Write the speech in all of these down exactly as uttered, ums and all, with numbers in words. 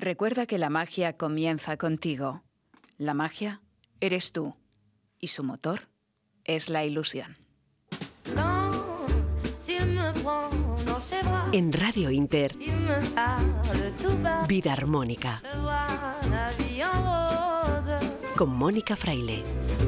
Recuerda que la magia comienza contigo. La magia eres tú y su motor es la ilusión. En Radio Inter, Vida Armónica, con Mónica Fraile.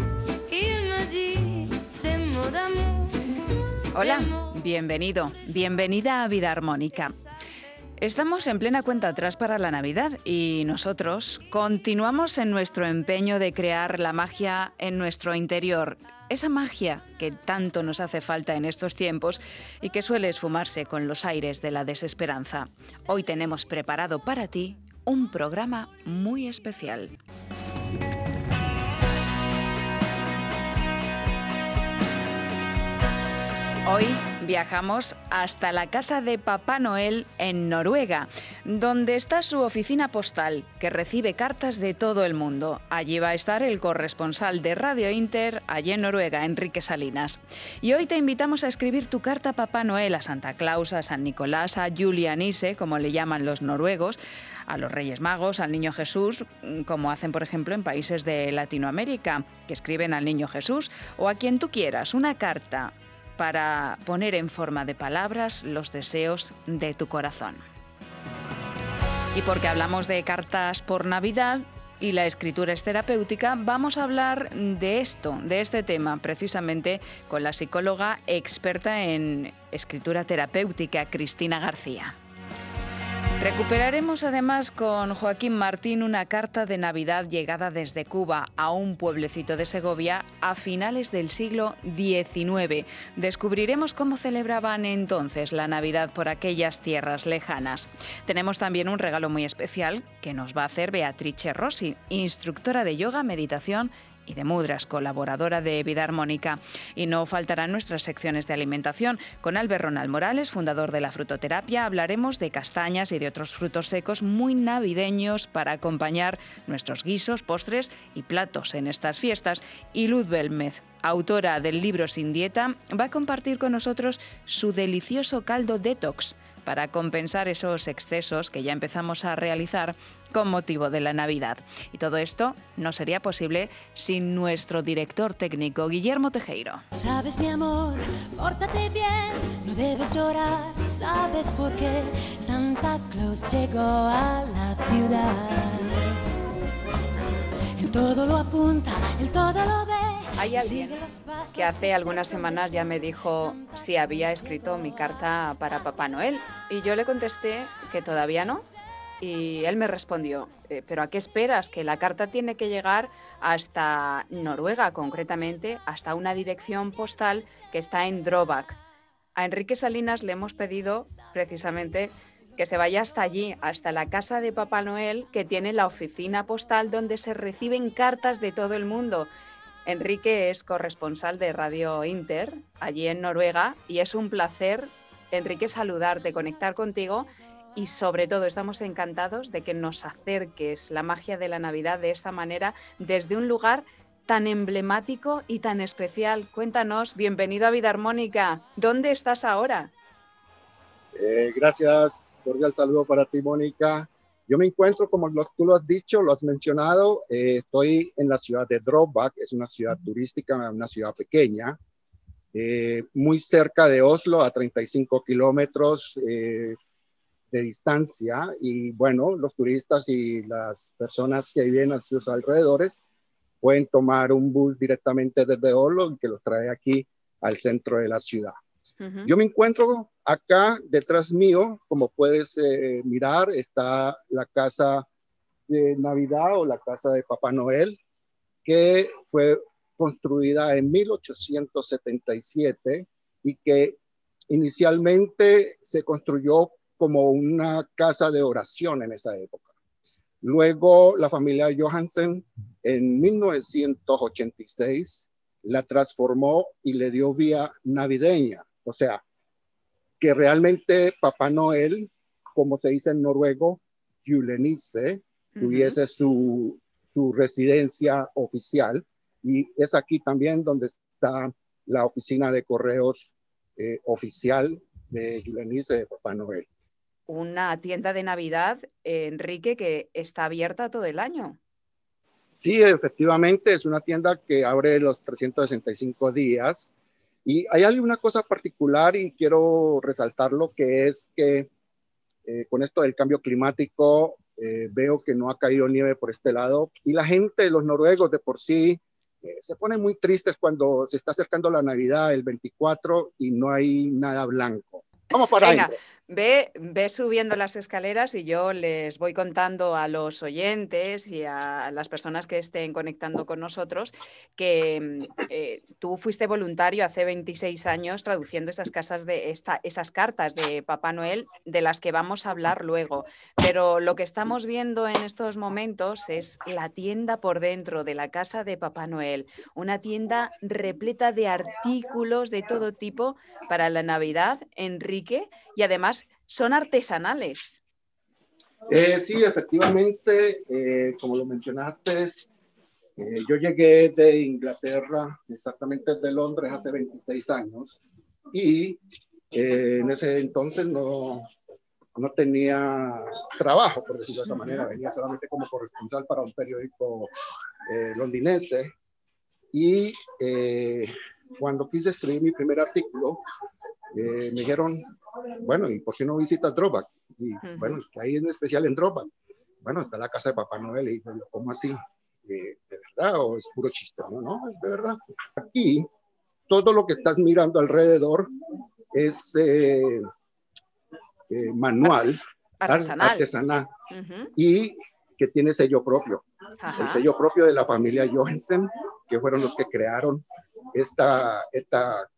Hola, bienvenido, bienvenida a Vida Armónica. Estamos en plena cuenta atrás para la Navidad y nosotros continuamos en nuestro empeño de crear la magia en nuestro interior. Esa magia que tanto nos hace falta en estos tiempos y que suele esfumarse con los aires de la desesperanza. Hoy tenemos preparado para ti un programa muy especial. Hoy viajamos hasta la casa de Papá Noel en Noruega, donde está su oficina postal, que recibe cartas de todo el mundo. Allí va a estar el corresponsal de Radio Inter, allí en Noruega, Enrique Salinas. Y hoy te invitamos a escribir tu carta a Papá Noel, a Santa Claus, a San Nicolás, a Julianise, como le llaman los noruegos, a los Reyes Magos, al Niño Jesús, como hacen, por ejemplo, en países de Latinoamérica, que escriben al Niño Jesús, o a quien tú quieras, una carta para poner en forma de palabras los deseos de tu corazón. Y porque hablamos de cartas por Navidad y la escritura es terapéutica, vamos a hablar de esto, de este tema, precisamente con la psicóloga experta en escritura terapéutica, Cristina García. Recuperaremos además con Joaquín Martín una carta de Navidad llegada desde Cuba a un pueblecito de Segovia a finales del siglo diecinueve. Descubriremos cómo celebraban entonces la Navidad por aquellas tierras lejanas. Tenemos también un regalo muy especial que nos va a hacer Beatrice Rossi, instructora de yoga, meditación y de mudras, colaboradora de Vida Armónica. Y no faltarán nuestras secciones de alimentación. Con Albert Ronald Morales, fundador de la frutoterapia, hablaremos de castañas y de otros frutos secos muy navideños para acompañar nuestros guisos, postres y platos en estas fiestas. Y Luz Belmez, autora del libro Sin Dieta, va a compartir con nosotros su delicioso caldo detox para compensar esos excesos que ya empezamos a realizar con motivo de la Navidad. Y todo esto no sería posible sin nuestro director técnico, Guillermo Tejero. Sabes, mi amor, pórtate bien, no debes llorar, ¿sabes por qué? Santa Claus llegó a la ciudad. El todo lo apunta, el todo lo ve. Hay alguien que hace algunas semanas ya me dijo si había escrito mi carta para Papá Noel y yo le contesté que todavía no y él me respondió, eh, ¿pero a qué esperas? Que la carta tiene que llegar hasta Noruega, concretamente hasta una dirección postal que está en Drøbak. A Enrique Salinas le hemos pedido precisamente que se vaya hasta allí, hasta la casa de Papá Noel, que tiene la oficina postal donde se reciben cartas de todo el mundo. Enrique es corresponsal de Radio Inter, allí en Noruega, y es un placer, Enrique, saludarte, conectar contigo y sobre todo estamos encantados de que nos acerques la magia de la Navidad de esta manera desde un lugar tan emblemático y tan especial. Cuéntanos, bienvenido a Vida Armónica, ¿dónde estás ahora? Eh, gracias, cordial saludo para ti, Mónica. Yo me encuentro, como lo, tú lo has dicho, lo has mencionado, eh, estoy en la ciudad de Drøbak, es una ciudad turística, una ciudad pequeña, eh, muy cerca de Oslo, a treinta y cinco kilómetros eh, de distancia. Y bueno, los turistas y las personas que viven a sus alrededores pueden tomar un bus directamente desde Oslo y que los trae aquí al centro de la ciudad. Uh-huh. Yo me encuentro acá detrás mío, como puedes eh, mirar, está la casa de Navidad o la casa de Papá Noel, que fue construida en mil ochocientos setenta y siete y que inicialmente se construyó como una casa de oración en esa época. Luego la familia Johansen en mil novecientos ochenta y seis la transformó y le dio vía navideña. O sea, que realmente Papá Noel, como se dice en noruego, Julenisse, tuviese uh-huh. su, su residencia oficial. Y es aquí también donde está la oficina de correos eh, oficial de Julenisse de Papá Noel. una tienda de Navidad, eh, Enrique, que está abierta todo el año. Sí, efectivamente, es una tienda que abre los trescientos sesenta y cinco días. Y hay alguna cosa particular y quiero resaltarlo, que es que eh, con esto del cambio climático eh, veo que no ha caído nieve por este lado y la gente, los noruegos de por sí, eh, se ponen muy tristes cuando se está acercando la Navidad, el veinticuatro, y no hay nada blanco. Vamos para Venga, adentro. ve, ve subiendo las escaleras y yo les voy contando a los oyentes y a las personas que estén conectando con nosotros que eh, tú fuiste voluntario hace veintiséis años traduciendo esas, casas de esta, esas cartas de Papá Noel, de las que vamos a hablar luego. Pero lo que estamos viendo en estos momentos es la tienda por dentro de la casa de Papá Noel, una tienda repleta de artículos de todo tipo para la Navidad, Enrique, y además son artesanales. Eh, sí, efectivamente, eh, como lo mencionaste, eh, yo llegué de Inglaterra, exactamente de Londres, hace veintiséis años, y eh, en ese entonces no, no tenía trabajo, por decirlo de esa manera, venía solamente como corresponsal para un periódico eh, londinense, y eh, cuando quise escribir mi primer artículo, eh, me dijeron, bueno, ¿y por qué no visitas Drobak? Y uh-huh. bueno, ¿qué hay en especial en Drobak? Bueno, está la casa de Papá Noel. Y bueno, ¿cómo así? Eh, ¿De verdad o es puro chiste? No, no, es de verdad. Aquí, todo lo que estás mirando alrededor es eh, eh, manual, artesanal, artesanal uh-huh. y que tiene sello propio. Ajá. El sello propio de la familia Johansen, que fueron los que crearon esta, esta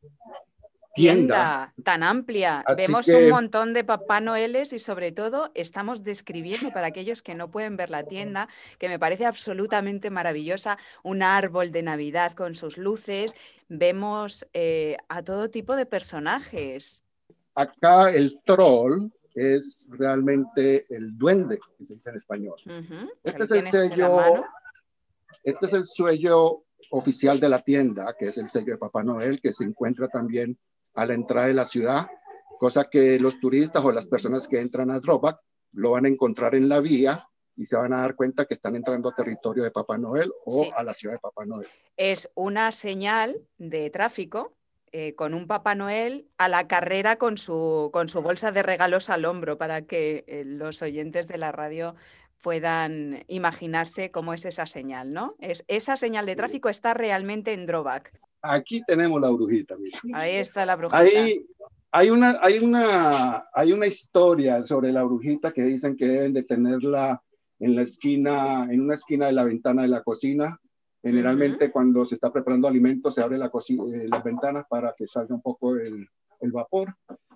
tienda. tienda tan amplia. Así Vemos que, un montón de Papá Noeles y sobre todo estamos describiendo para aquellos que no pueden ver la tienda, que me parece absolutamente maravillosa, un árbol de Navidad con sus luces. Vemos eh, a todo tipo de personajes. Acá el troll es realmente el duende, que se dice en español. Uh-huh. Este es el sello, este es el sello oficial de la tienda, que es el sello de Papá Noel, que se encuentra también a la entrada de la ciudad, cosa que los turistas o las personas que entran a Drobak lo van a encontrar en la vía y se van a dar cuenta que están entrando a territorio de Papá Noel o sí. a la ciudad de Papá Noel. Es una señal de tráfico eh, con un Papá Noel a la carrera con su, con su bolsa de regalos al hombro para que eh, los oyentes de la radio puedan imaginarse cómo es esa señal, ¿no? Es, esa señal de tráfico está realmente en Drobak. Aquí tenemos la brujita. Mira. Ahí está la brujita. Ahí hay una, hay, una, hay una historia sobre la brujita que dicen que deben de tenerla en la esquina, en una esquina de la ventana de la cocina. Generalmente uh-huh. cuando se está preparando alimentos se abre la cocina, eh, las ventanas para que salga un poco el, el vapor.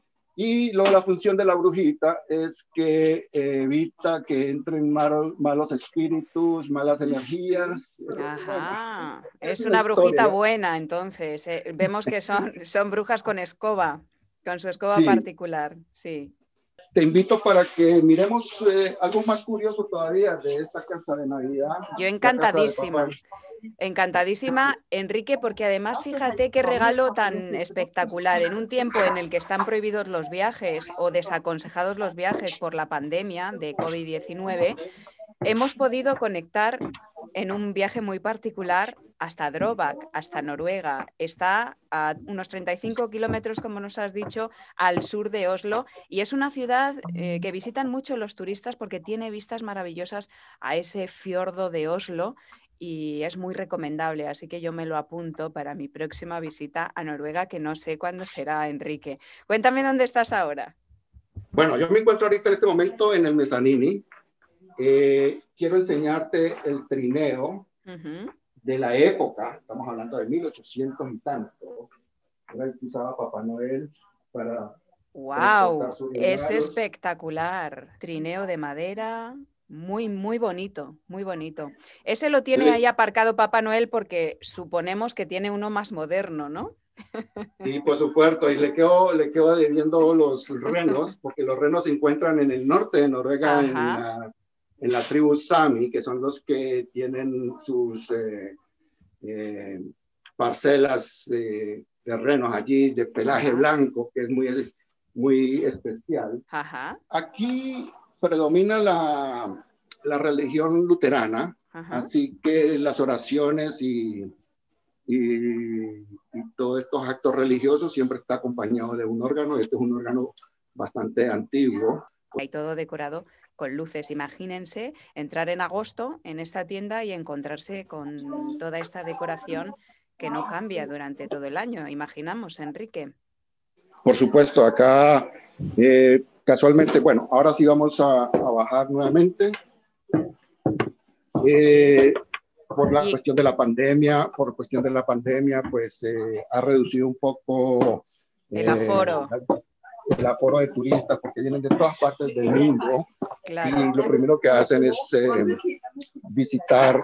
Y luego la función de la brujita es que eh, evita que entren malos, malos espíritus, malas energías. Ajá, es, es una, una brujita historia. buena entonces. Eh, vemos que son, son brujas con escoba, con su escoba sí. particular, sí. Te invito para que miremos eh, algo más curioso todavía de esta casa de Navidad. Yo encantadísima. Encantadísima, Enrique, porque además fíjate qué regalo tan espectacular. En un tiempo en el que están prohibidos los viajes o desaconsejados los viajes por la pandemia de COVID diecinueve, hemos podido conectar en un viaje muy particular hasta Drobak, hasta Noruega. Está a unos treinta y cinco kilómetros, como nos has dicho, al sur de Oslo, y es una ciudad eh, que visitan mucho los turistas porque tiene vistas maravillosas a ese fiordo de Oslo y es muy recomendable, así que yo me lo apunto para mi próxima visita a Noruega, que no sé cuándo será, Enrique. Cuéntame dónde estás ahora. Bueno, yo me encuentro ahorita en este momento en el Mezzanini. Eh, quiero enseñarte el trineo uh-huh. de la época, estamos hablando de mil ochocientos y tanto, era el que usaba Papá Noel para... ¡Wow! Es espectacular. Trineo de madera, muy, muy bonito, muy bonito. Ese lo tiene ahí aparcado Papá Noel porque suponemos que tiene uno más moderno, ¿no? Sí, por supuesto, y le quedo, le quedo debiendo los renos, porque los renos se encuentran en el norte de Noruega, en la, en la tribu Sami, que son los que tienen sus eh, eh, parcelas eh, de renos allí, de pelaje Ajá. blanco, que es muy... muy especial. Ajá. Aquí predomina la, la religión luterana, Ajá. así que las oraciones y, y, y todos estos actos religiosos siempre está acompañado de un órgano. Este es un órgano bastante antiguo. Hay todo decorado con luces. Imagínense entrar en agosto en esta tienda y encontrarse con toda esta decoración que no cambia durante todo el año. Imaginamos, Enrique. Por supuesto, acá eh, casualmente, bueno, ahora sí vamos a, a bajar nuevamente. Eh, por la Y- cuestión de la pandemia, por cuestión de la pandemia, pues eh, ha reducido un poco El eh, aforo. el aforo de turistas, porque vienen de todas partes del mundo. Claro. Y lo primero que hacen es eh, visitar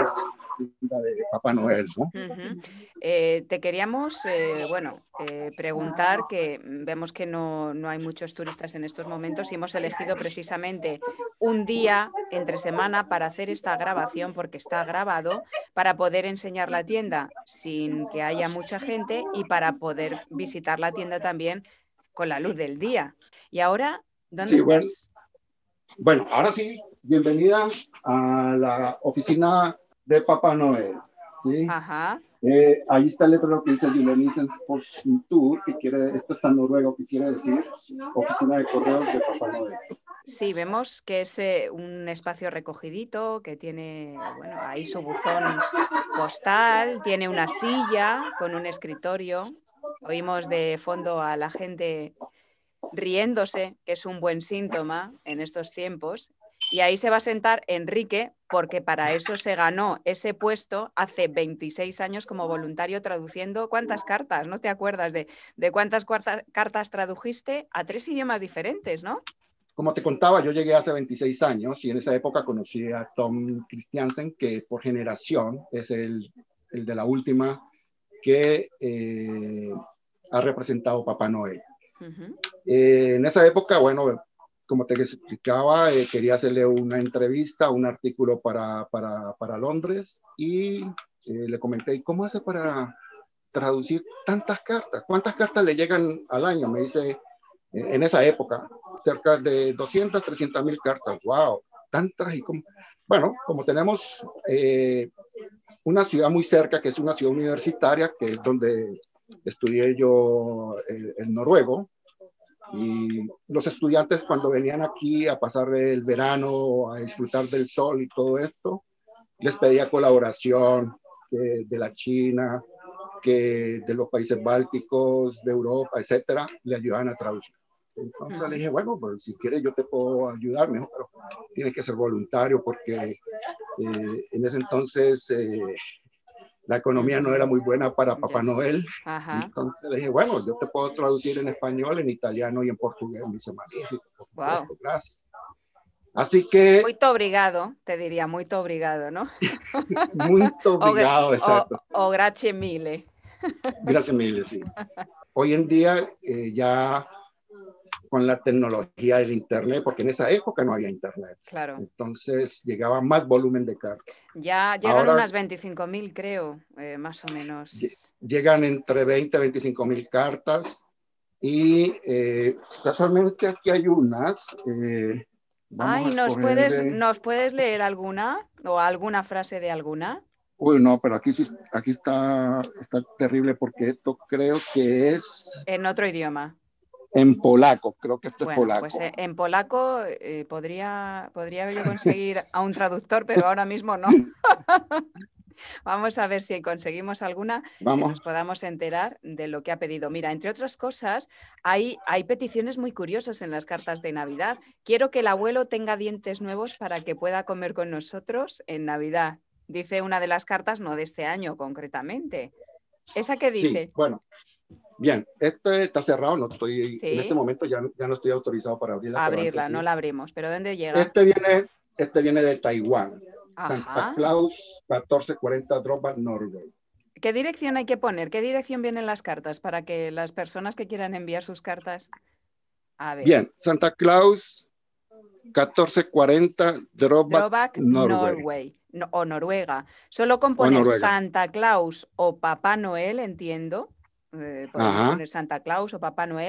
la de Papá Noel, ¿no? Uh-huh. Eh, te queríamos, eh, bueno, eh, preguntar que vemos que no, no hay muchos turistas en estos momentos y hemos elegido precisamente un día entre semana para hacer esta grabación porque está grabado para poder enseñar la tienda sin que haya mucha gente y para poder visitar la tienda también con la luz del día. Y ahora, ¿dónde Sí, bueno, estás? bueno, ahora sí, bienvenida a la oficina de Papá Noel. ¿Sí? Ajá. Eh, ahí está el letrero que dice Julenisen Tour, que quiere, esto está en noruego, que quiere decir oficina de correos de Papá Noel. Sí, vemos que es eh, un espacio recogidito, que tiene, bueno, ahí su buzón postal, tiene una silla con un escritorio. Oímos de fondo a la gente riéndose, que es un buen síntoma en estos tiempos. Y ahí se va a sentar Enrique, porque para eso se ganó ese puesto hace veintiséis años como voluntario traduciendo. ¿Cuántas cartas? ¿No te acuerdas de, de cuántas cuarta, cartas tradujiste a tres idiomas diferentes, no? Como te contaba, yo llegué hace veintiséis años y en esa época conocí a Tom Christiansen, que por generación es el, el de la última que eh, ha representado Papá Noel. Uh-huh. Eh, en esa época, bueno, como te explicaba, eh, quería hacerle una entrevista, un artículo para, para, para Londres y eh, le comenté, ¿cómo hace para traducir tantas cartas? ¿Cuántas cartas le llegan al año? Me dice, eh, en esa época, cerca de doscientas, trescientas mil cartas. ¡Wow! Tantas y como... Bueno, como tenemos eh, una ciudad muy cerca, que es una ciudad universitaria, que es donde estudié yo el, el noruego, y los estudiantes cuando venían aquí a pasar el verano, a disfrutar del sol y todo esto, les pedía colaboración que de la China, que de los países bálticos, de Europa, etcétera, le ayudaban a traducir. Entonces uh-huh. le dije, bueno, pues si quieres yo te puedo ayudar, mejor, pero tienes que ser voluntario porque eh, en ese entonces eh, la economía no era muy buena para Papá Noel. Ajá. Entonces le dije, bueno, yo te puedo traducir en español, en italiano y en portugués. Me dice, magnífico, por supuesto, wow. Gracias. Así que... Muy obrigado, te diría, muy obrigado, ¿no? Muy obrigado, o, exacto. O, o grazie mille. Gracias mille, sí. Hoy en día eh, ya con la tecnología del internet, porque en esa época no había internet. Claro. Entonces llegaba más volumen de cartas. Ya llegan Ahora, unas veinticinco mil, creo, eh, más o menos. Llegan entre veinte y veinticinco mil cartas y eh, casualmente aquí hay unas. Eh, Ay, ¿nos puedes, de... ¿nos puedes leer alguna o alguna frase de alguna? Uy, no, pero aquí sí, aquí está, está terrible porque esto creo que es... En otro idioma. En polaco, creo que esto bueno, es polaco. Pues eh, en polaco eh, podría, podría yo conseguir a un traductor, pero ahora mismo no. Vamos a ver si conseguimos alguna Vamos. que nos podamos enterar de lo que ha pedido. Mira, entre otras cosas, hay, hay peticiones muy curiosas en las cartas de Navidad. Quiero que el abuelo tenga dientes nuevos para que pueda comer con nosotros en Navidad. Dice una de las cartas, no de este año concretamente. ¿Esa qué dice? Sí, bueno. Bien, este está cerrado, no estoy, ¿Sí? En este momento ya, ya no estoy autorizado para abrirla. Abrirla, pero no sí. La abrimos. ¿Pero dónde llega? Este viene, este viene de Taiwán. Ajá. Santa Claus, catorce cuarenta Drobak, Norway. ¿Qué dirección hay que poner? ¿Qué dirección vienen las cartas para que las personas que quieran enviar sus cartas? A ver. Bien, Santa Claus, catorce cuarenta Drobak, Drobak, Norway. Norway. No, o Noruega. Solo con poner Santa Claus o Papá Noel, entiendo. Eh, podemos poner Santa Claus o Papá Noel.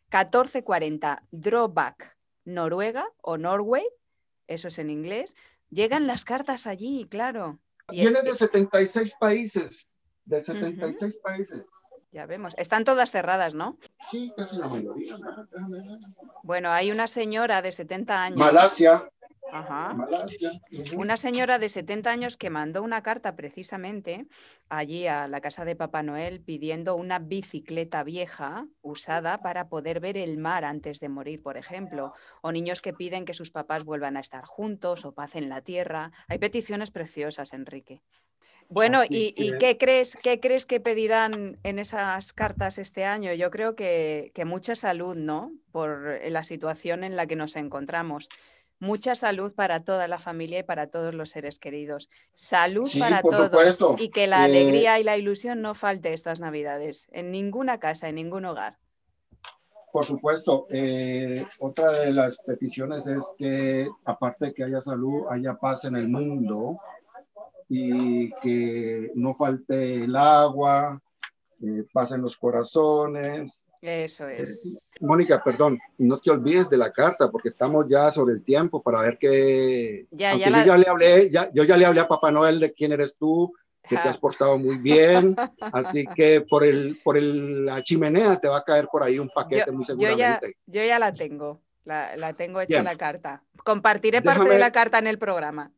catorce cuarenta, Drøbak, Noruega o Norway, eso es en inglés. Llegan las cartas allí, claro. Y Vienen es- de setenta y seis países, de setenta y Ujú. seis países. Ya vemos. Están todas cerradas, ¿no? Sí, casi la mayoría. Déjame ver. Bueno, hay una señora de setenta años. Malasia, Ajá. Malasia. ujú. Una señora de setenta años que mandó una carta precisamente allí a la casa de Papá Noel pidiendo una bicicleta vieja usada para poder ver el mar antes de morir, por ejemplo. O niños que piden que sus papás vuelvan a estar juntos o paz en la tierra. Hay peticiones preciosas, Enrique. Bueno, Así ¿y, y que- qué crees, qué crees que pedirán en esas cartas este año? Yo creo que, que mucha salud, ¿no? Por la situación en la que nos encontramos. Mucha salud para toda la familia y para todos los seres queridos. Salud Sí, para por todos supuesto. y que la Eh, alegría y la ilusión no falte estas Navidades en ninguna casa, en ningún hogar. Por supuesto, eh, otra de las peticiones es que, aparte de que haya salud, haya paz en el mundo y que no falte el agua, eh, paz en los corazones. Eso es. Mónica, perdón, no te olvides de la carta porque estamos ya sobre el tiempo para ver que, Ya, aunque ya yo la- ya le hablé, ya, yo ya le hablé a Papá Noel de quién eres tú, que te Ja. has portado muy bien, así que por el, por el, la chimenea te va a caer por ahí un Yo, paquete muy yo ya, seguramente. yo ya la tengo, la, la tengo hecha Bien. la carta. Compartiré parte Déjame- de la carta en el programa.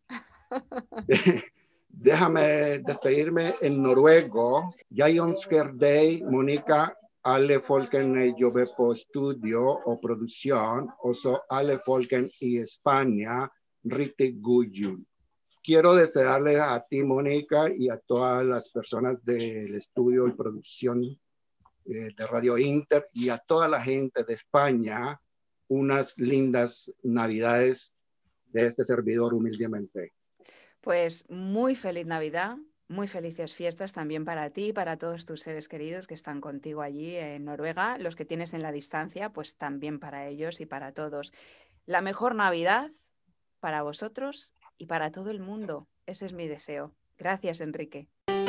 Déjame despedirme en noruego. Jeg ønsker deg, Mónica, alle folkene jobber på studio og produksjon, også alle folkene i España, riktig god jul. Quiero desearle a ti, Mónica, y a todas las personas del estudio y producción eh, de Radio Inter y a toda la gente de España unas lindas Navidades de este servidor humildemente. Pues muy feliz Navidad, muy felices fiestas también para ti y para todos tus seres queridos que están contigo allí en Noruega, los que tienes en la distancia, pues también para ellos y para todos. La mejor Navidad para vosotros y para todo el mundo. Ese es mi deseo. Gracias, Enrique.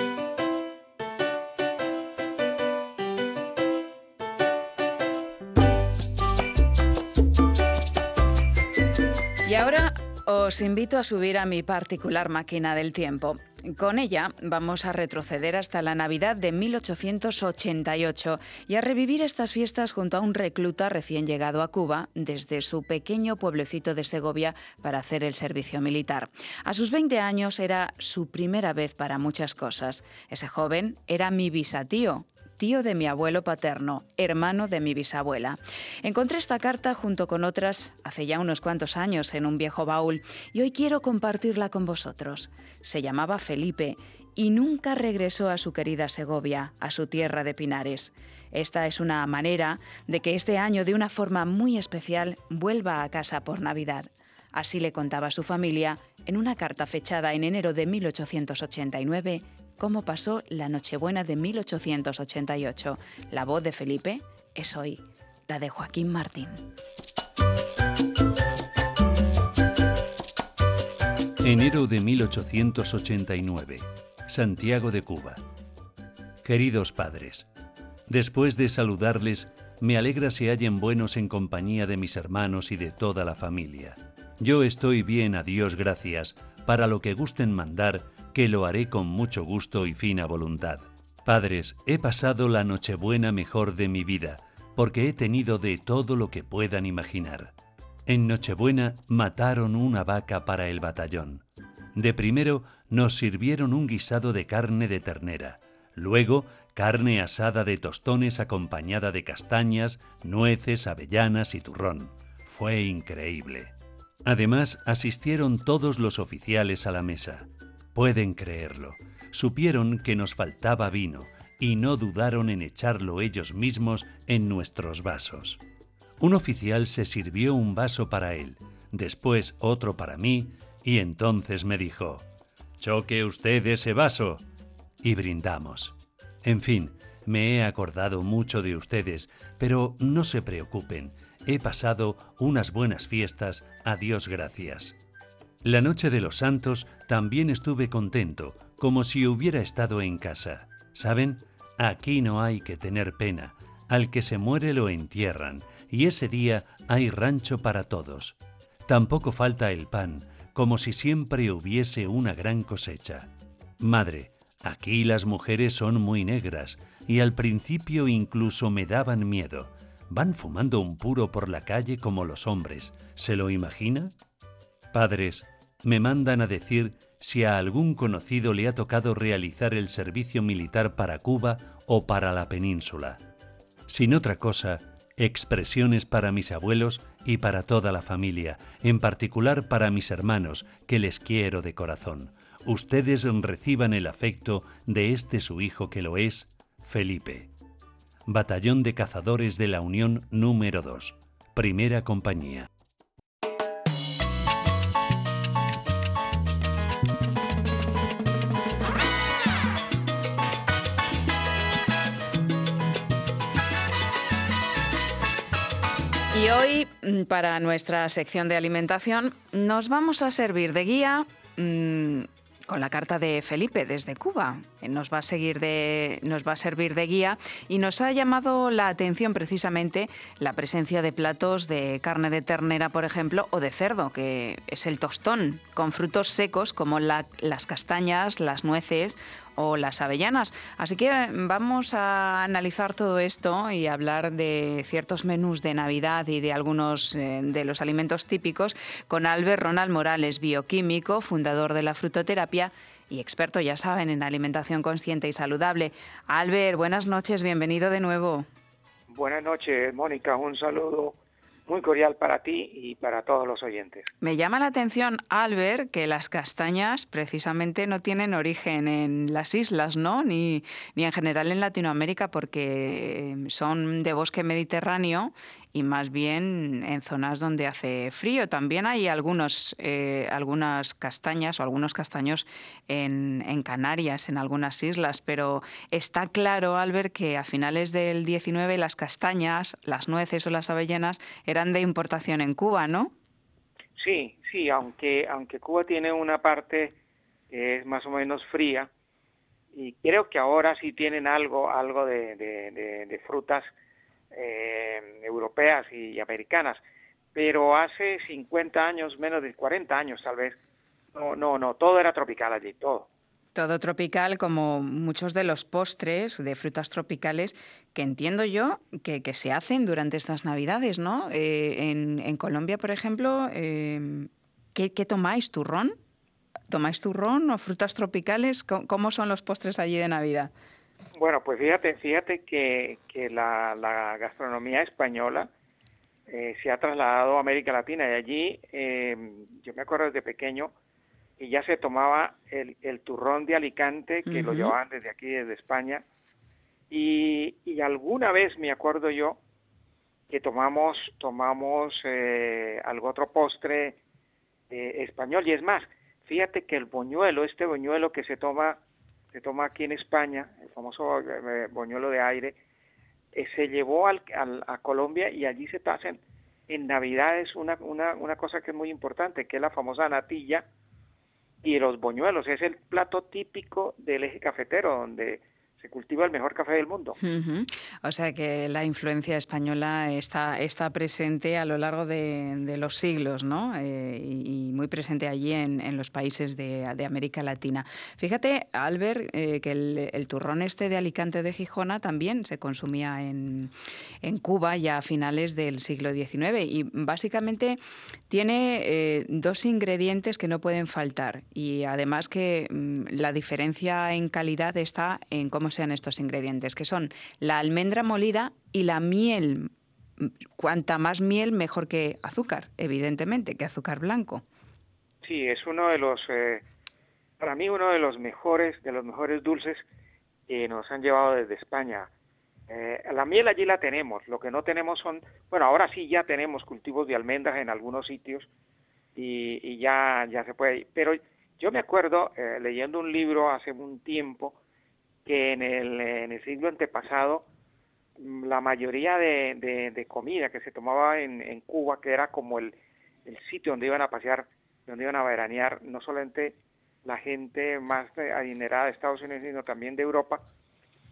Y ahora os invito a subir a mi particular máquina del tiempo. Con ella vamos a retroceder hasta la Navidad de mil ochocientos ochenta y ocho y a revivir estas fiestas junto a un recluta recién llegado a Cuba desde su pequeño pueblecito de Segovia para hacer el servicio militar. A sus veinte años era su primera vez para muchas cosas. Ese joven era mi bisatío, tío de mi abuelo paterno, hermano de mi bisabuela. Encontré esta carta junto con otras hace ya unos cuantos años en un viejo baúl y hoy quiero compartirla con vosotros. Se llamaba Felipe y nunca regresó a su querida Segovia, a su tierra de pinares. Esta es una manera de que este año, de una forma muy especial, vuelva a casa por Navidad. Así le contaba a su familia en una carta fechada en enero de mil ochocientos ochenta y nueve cómo pasó la Nochebuena de mil ochocientos ochenta y ocho. La voz de Felipe es hoy la de Joaquín Martín. Enero de mil ochocientos ochenta y nueve, Santiago de Cuba. Queridos padres, después de saludarles, me alegra se hallen buenos en compañía de mis hermanos y de toda la familia. Yo estoy bien, a Dios gracias, para lo que gusten mandar, que lo haré con mucho gusto y fina voluntad. Padres, he pasado la Nochebuena mejor de mi vida, porque he tenido de todo lo que puedan imaginar. En Nochebuena mataron una vaca para el batallón. De primero nos sirvieron un guisado de carne de ternera, luego carne asada de tostones acompañada de castañas, nueces, avellanas y turrón. Fue increíble. Además, asistieron todos los oficiales a la mesa. Pueden creerlo. Supieron que nos faltaba vino y no dudaron en echarlo ellos mismos en nuestros vasos. Un oficial se sirvió un vaso para él, después otro para mí, y entonces me dijo: «Choque usted ese vaso», y brindamos. En fin, me he acordado mucho de ustedes, pero no se preocupen, he pasado unas buenas fiestas, a Dios gracias. La noche de los Santos también estuve contento, como si hubiera estado en casa. ¿Saben? Aquí no hay que tener pena. Al que se muere lo entierran, y ese día hay rancho para todos. Tampoco falta el pan, como si siempre hubiese una gran cosecha. Madre, aquí las mujeres son muy negras, y al principio incluso me daban miedo. Van fumando un puro por la calle como los hombres. ¿Se lo imagina? Padres, me mandan a decir si a algún conocido le ha tocado realizar el servicio militar para Cuba o para la península. Sin otra cosa, expresiones para mis abuelos y para toda la familia, en particular para mis hermanos, que les quiero de corazón. Ustedes reciban el afecto de este su hijo que lo es, Felipe. Batallón de Cazadores de la Unión número dos, Primera Compañía. Y hoy, para nuestra sección de alimentación, nos vamos a servir de guía mmm, con la carta de Felipe desde Cuba. Nos va a seguir de, nos va a servir de guía y nos ha llamado la atención precisamente la presencia de platos de carne de ternera, por ejemplo, o de cerdo, que es el tostón, con frutos secos como la, las castañas, las nueces o las avellanas. Así que vamos a analizar todo esto y hablar de ciertos menús de Navidad y de algunos eh, de los alimentos típicos con Albert Ronald Morales, bioquímico, fundador de la frutoterapia y experto, ya saben, en alimentación consciente y saludable. Albert, buenas noches, bienvenido de nuevo. Buenas noches, Mónica, un saludo muy cordial para ti y para todos los oyentes. Me llama la atención, Albert, que las castañas precisamente no tienen origen en las islas, ¿no? Ni, ni en general en Latinoamérica, porque son de bosque mediterráneo y más bien en zonas donde hace frío. También hay algunos, eh, algunas castañas o algunos castaños en, en Canarias, en algunas islas, pero está claro, Albert, que a finales del diecinueve las castañas, las nueces o las avellanas eran de importación en Cuba, ¿no? Sí, sí, aunque, aunque Cuba tiene una parte que es más o menos fría, y creo que ahora sí tienen algo, algo de, de, de, de frutas eh, europeas y americanas, pero hace cincuenta años, menos de cuarenta años tal vez, no, no, no, todo era tropical allí, todo. Todo tropical, como muchos de los postres de frutas tropicales que entiendo yo que, que se hacen durante estas Navidades, ¿no? Eh, en, en Colombia, por ejemplo, eh, ¿qué, ¿qué tomáis? ¿Turrón? ¿Tomáis turrón o frutas tropicales? ¿Cómo, cómo son los postres allí de Navidad? Bueno, pues fíjate, fíjate que, que la, la gastronomía española eh, se ha trasladado a América Latina y allí, eh, yo me acuerdo desde pequeño, y ya se tomaba el, el turrón de Alicante, que uh-huh. lo llevaban desde aquí, desde España, y, y alguna vez me acuerdo yo que tomamos tomamos eh, algo otro postre eh, español, y es más, fíjate que el boñuelo, este boñuelo que se toma se toma aquí en España, el famoso eh, boñuelo de aire, eh, se llevó al, al, a Colombia y allí se hacen en Navidades una, una, una cosa que es muy importante, que es la famosa natilla, y los boñuelos, es el plato típico del eje cafetero, donde se cultiva el mejor café del mundo. Uh-huh. O sea que la influencia española está, está presente a lo largo de, de los siglos, ¿no? Eh, y, y muy presente allí en, en los países de, de América Latina. Fíjate, Albert, eh, que el, el turrón este de Alicante de Gijona también se consumía en, en Cuba ya a finales del siglo diecinueve y básicamente tiene eh, dos ingredientes que no pueden faltar y además que mm, la diferencia en calidad está en cómo sean estos ingredientes, que son la almendra molida y la miel. Cuanta más miel, mejor que azúcar, evidentemente, que azúcar blanco. Sí, es uno de los, eh, para mí uno de los mejores, de los mejores dulces que nos han llevado desde España. Eh, la miel allí la tenemos, lo que no tenemos son, bueno, ahora sí ya tenemos cultivos de almendras en algunos sitios y, y ya, ya se puede, pero yo me acuerdo eh, leyendo un libro hace un tiempo que en el, en el siglo antepasado la mayoría de, de, de comida que se tomaba en, en Cuba, que era como el, el sitio donde iban a pasear, donde iban a veranear, no solamente la gente más adinerada de Estados Unidos, sino también de Europa,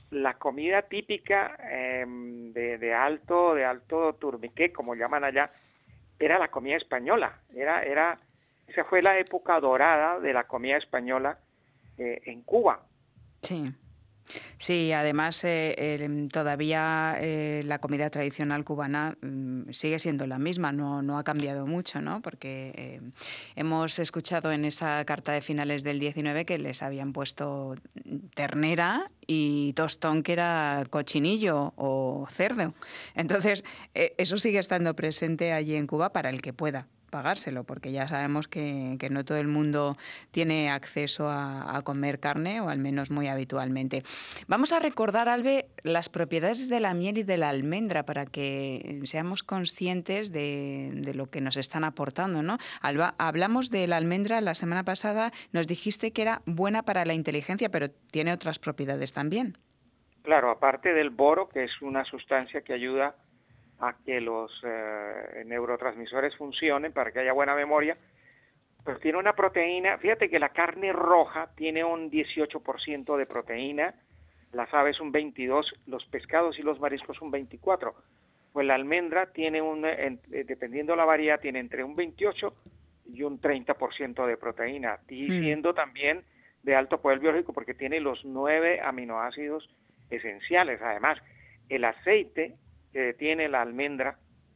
la comida típica eh, de, de alto, de alto turmiqué, como llaman allá, era la comida española. Era, era, esa fue la época dorada de la comida española eh, en Cuba. Sí. Sí, además eh, eh, todavía eh, la comida tradicional cubana mm, sigue siendo la misma, no, no ha cambiado mucho, ¿no? Porque eh, hemos escuchado en esa carta de finales del diecinueve que les habían puesto ternera y tostón que era cochinillo o cerdo. Entonces, eh, eso sigue estando presente allí en Cuba para el que pueda pagárselo, porque ya sabemos que, que no todo el mundo tiene acceso a, a comer carne, o al menos muy habitualmente. Vamos a recordar, Albe, las propiedades de la miel y de la almendra para que seamos conscientes de, de lo que nos están aportando, ¿no? Alba, hablamos de la almendra la semana pasada, nos dijiste que era buena para la inteligencia, pero tiene otras propiedades también. Claro, aparte del boro, que es una sustancia que ayuda a que los eh, neurotransmisores funcionen, para que haya buena memoria, pues tiene una proteína. Fíjate que la carne roja tiene un dieciocho por ciento de proteína, las aves un veintidós por ciento, los pescados y los mariscos un veinticuatro por ciento. Pues la almendra tiene un, en, dependiendo de la variedad, tiene entre un veintiocho y un treinta por ciento de proteína, y siendo mm. también de alto poder biológico porque tiene los nueve aminoácidos esenciales. Además, el aceite que tiene la almendra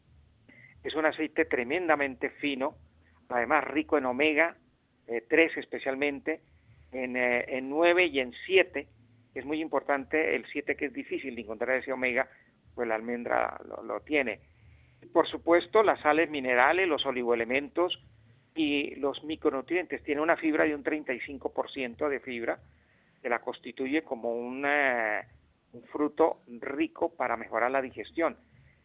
es un aceite tremendamente fino, además rico en omega tres eh, especialmente, en, eh, en nueve y en siete. Es muy importante el siete, que es difícil de encontrar ese omega, pues la almendra lo, lo tiene. Por supuesto, las sales minerales, los oligoelementos y los micronutrientes. Tiene una fibra de un treinta y cinco por ciento de fibra, que la constituye como una... un fruto rico para mejorar la digestión.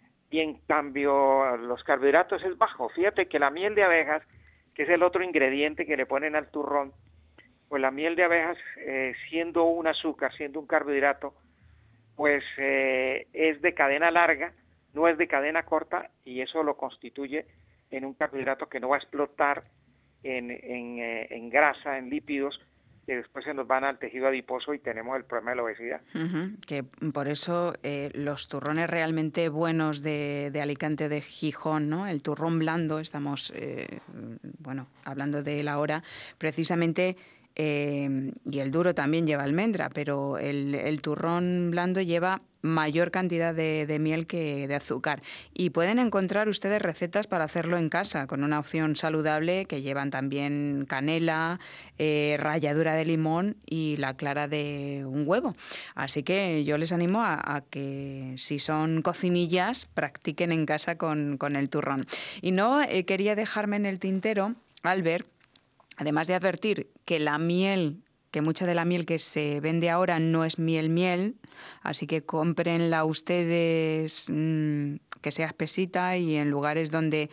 Y en cambio los carbohidratos es bajo. Fíjate que la miel de abejas, que es el otro ingrediente que le ponen al turrón, pues la miel de abejas, eh, siendo un azúcar, siendo un carbohidrato, pues eh, es de cadena larga, no es de cadena corta, y eso lo constituye en un carbohidrato que no va a explotar en, en, eh, en grasa, en lípidos, que después se nos van al tejido adiposo y tenemos el problema de la obesidad. Uh-huh, que por eso eh, los turrones realmente buenos de, de Alicante, de Gijón, ¿no? El turrón blando, estamos eh, bueno hablando de él ahora, precisamente, eh, y el duro también lleva almendra, pero el, el turrón blando lleva mayor cantidad de, de miel que de azúcar. Y pueden encontrar ustedes recetas para hacerlo en casa, con una opción saludable que llevan también canela, eh, ralladura de limón y la clara de un huevo. Así que yo les animo a, a que, si son cocinillas, practiquen en casa con, con el turrón. Y no eh, quería dejarme en el tintero, Albert, además de advertir que la miel, que mucha de la miel que se vende ahora no es miel miel, así que cómprenla ustedes mmm, que sea espesita y en lugares donde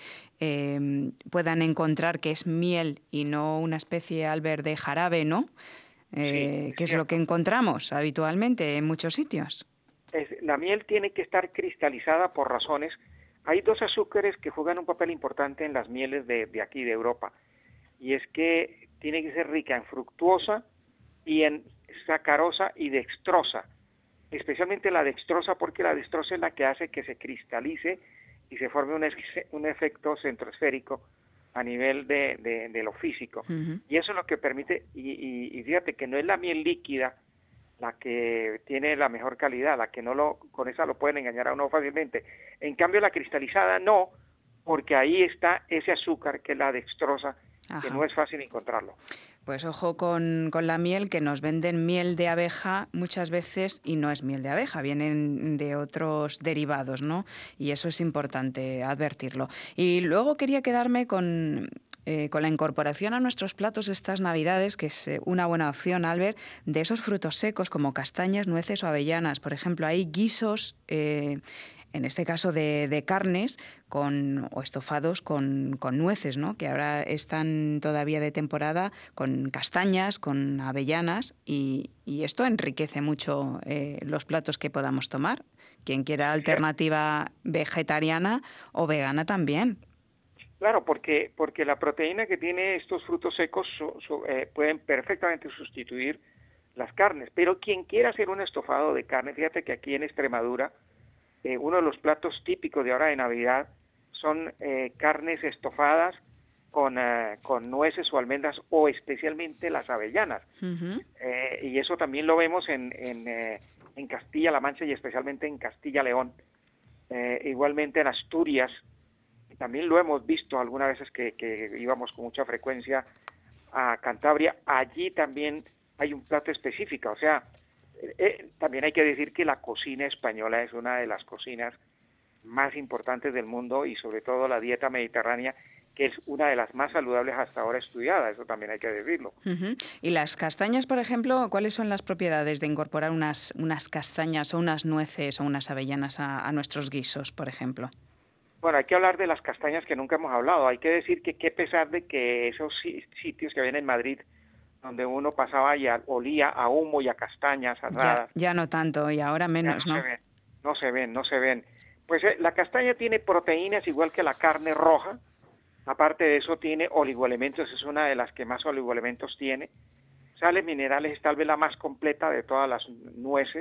eh, puedan encontrar que es miel y no una especie, Albert, de jarabe, ¿no? Eh, sí, que es lo que encontramos habitualmente en muchos sitios. Es, la miel tiene que estar cristalizada por razones. Hay dos azúcares que juegan un papel importante en las mieles de, de aquí, de Europa, y es que tiene que ser rica en fructuosa y en sacarosa y dextrosa, especialmente la dextrosa, porque la dextrosa es la que hace que se cristalice y se forme un, un efecto centroesférico a nivel de, de, de lo físico. Uh-huh. Y eso es lo que permite, y, y, y fíjate que no es la miel líquida la que tiene la mejor calidad, la que no lo, con esa lo pueden engañar a uno fácilmente. En cambio la cristalizada no, porque ahí está ese azúcar que es la dextrosa, Ajá. que no es fácil encontrarlo. Pues ojo con, con la miel, que nos venden miel de abeja muchas veces y no es miel de abeja, vienen de otros derivados, ¿no? Y eso es importante advertirlo. Y luego quería quedarme con, eh, con la incorporación a nuestros platos estas Navidades, que es una buena opción, Albert, de esos frutos secos como castañas, nueces o avellanas. Por ejemplo, hay guisos... Eh, en este caso de, de carnes con, o estofados con, con nueces, ¿no? Que ahora están todavía de temporada, con castañas, con avellanas, y, y esto enriquece mucho eh, los platos que podamos tomar. Quien quiera alternativa vegetariana o vegana también. Claro, porque, porque la proteína que tiene estos frutos secos so, so, eh, pueden perfectamente sustituir las carnes. Pero quien quiera hacer un estofado de carne, fíjate que aquí en Extremadura, eh, uno de los platos típicos de ahora de Navidad son eh, carnes estofadas con, uh, con nueces o almendras, o especialmente las avellanas. Uh-huh. Eh, y eso también lo vemos en, en, eh, en Castilla-La Mancha y especialmente en Castilla-León. Eh, igualmente en Asturias, también lo hemos visto algunas veces que, que íbamos con mucha frecuencia a Cantabria. Allí también hay un plato específico. O sea, eh, también hay que decir que la cocina española es una de las cocinas más importantes del mundo, y sobre todo la dieta mediterránea, que es una de las más saludables hasta ahora estudiadas, eso también hay que decirlo. Uh-huh. Y las castañas, por ejemplo, ¿cuáles son las propiedades de incorporar unas, unas castañas o unas nueces o unas avellanas a, a nuestros guisos, por ejemplo? Bueno, hay que hablar de las castañas, que nunca hemos hablado. Hay que decir que, que a pesar de que esos sitios que había en Madrid, donde uno pasaba y olía a humo y a castañas asadas, ya, ya no tanto, y ahora menos, no, ¿no? Se ven, no se ven, no se ven. Pues eh, la castaña tiene proteínas igual que la carne roja. Aparte de eso tiene oligoelementos, es una de las que más oligoelementos tiene. Sales minerales, es tal vez la más completa de todas las nueces.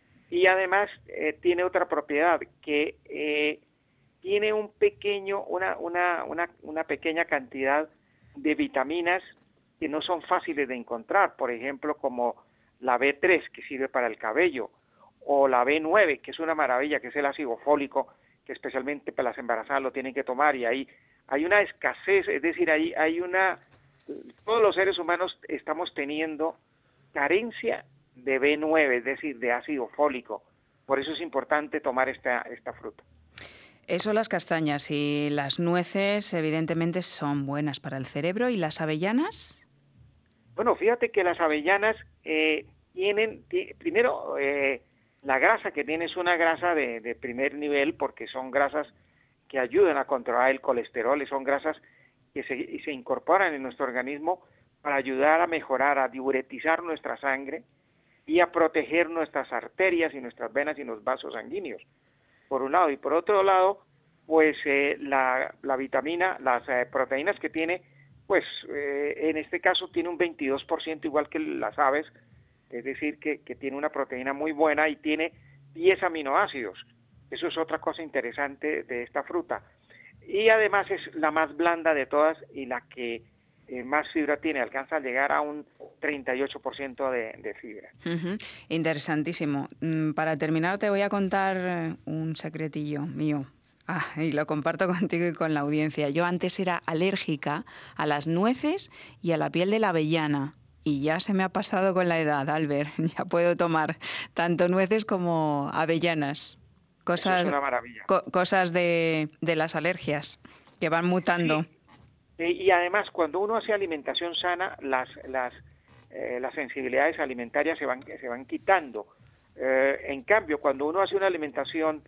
Y además eh, tiene otra propiedad, que eh, tiene un pequeño, una, una, una, una pequeña cantidad de vitaminas que no son fáciles de encontrar. Por ejemplo, como la B tres, que sirve para el cabello, o la B nueve, que es una maravilla, que es el ácido fólico, que especialmente para las embarazadas lo tienen que tomar, y ahí hay una escasez, es decir, hay, hay una, todos los seres humanos estamos teniendo carencia de B nueve, es decir, de ácido fólico. Por eso es importante tomar esta, esta fruta. Eso, las castañas, y las nueces evidentemente son buenas para el cerebro. ¿Y las avellanas? Bueno, fíjate que las avellanas eh, tienen, t- primero, eh, la grasa que tiene es una grasa de, de primer nivel, porque son grasas que ayudan a controlar el colesterol, y son grasas que se, y se incorporan en nuestro organismo para ayudar a mejorar, a diuretizar nuestra sangre y a proteger nuestras arterias y nuestras venas y los vasos sanguíneos, por un lado. Y por otro lado, pues eh, la, la vitamina, las eh, proteínas que tiene, pues eh, en este caso tiene un veintidós por ciento igual que las aves, es decir, que, que tiene una proteína muy buena y tiene diez aminoácidos. Eso es otra cosa interesante de esta fruta. Y además es la más blanda de todas y la que eh, más fibra tiene. Alcanza a llegar a un treinta y ocho por ciento de, de fibra. Uh-huh. Interesantísimo. Para terminar te voy a contar un secretillo mío. Ah, y lo comparto contigo y con la audiencia. Yo antes era alérgica a las nueces y a la piel de la avellana. Y ya se me ha pasado con la edad, Albert. Ya puedo tomar tanto nueces como avellanas. Cosas, es una maravilla. Co- cosas de, de las alergias que van mutando. Sí. Y además, cuando uno hace alimentación sana, las las eh, las sensibilidades alimentarias se van se van quitando. Eh, en cambio, cuando uno hace una alimentación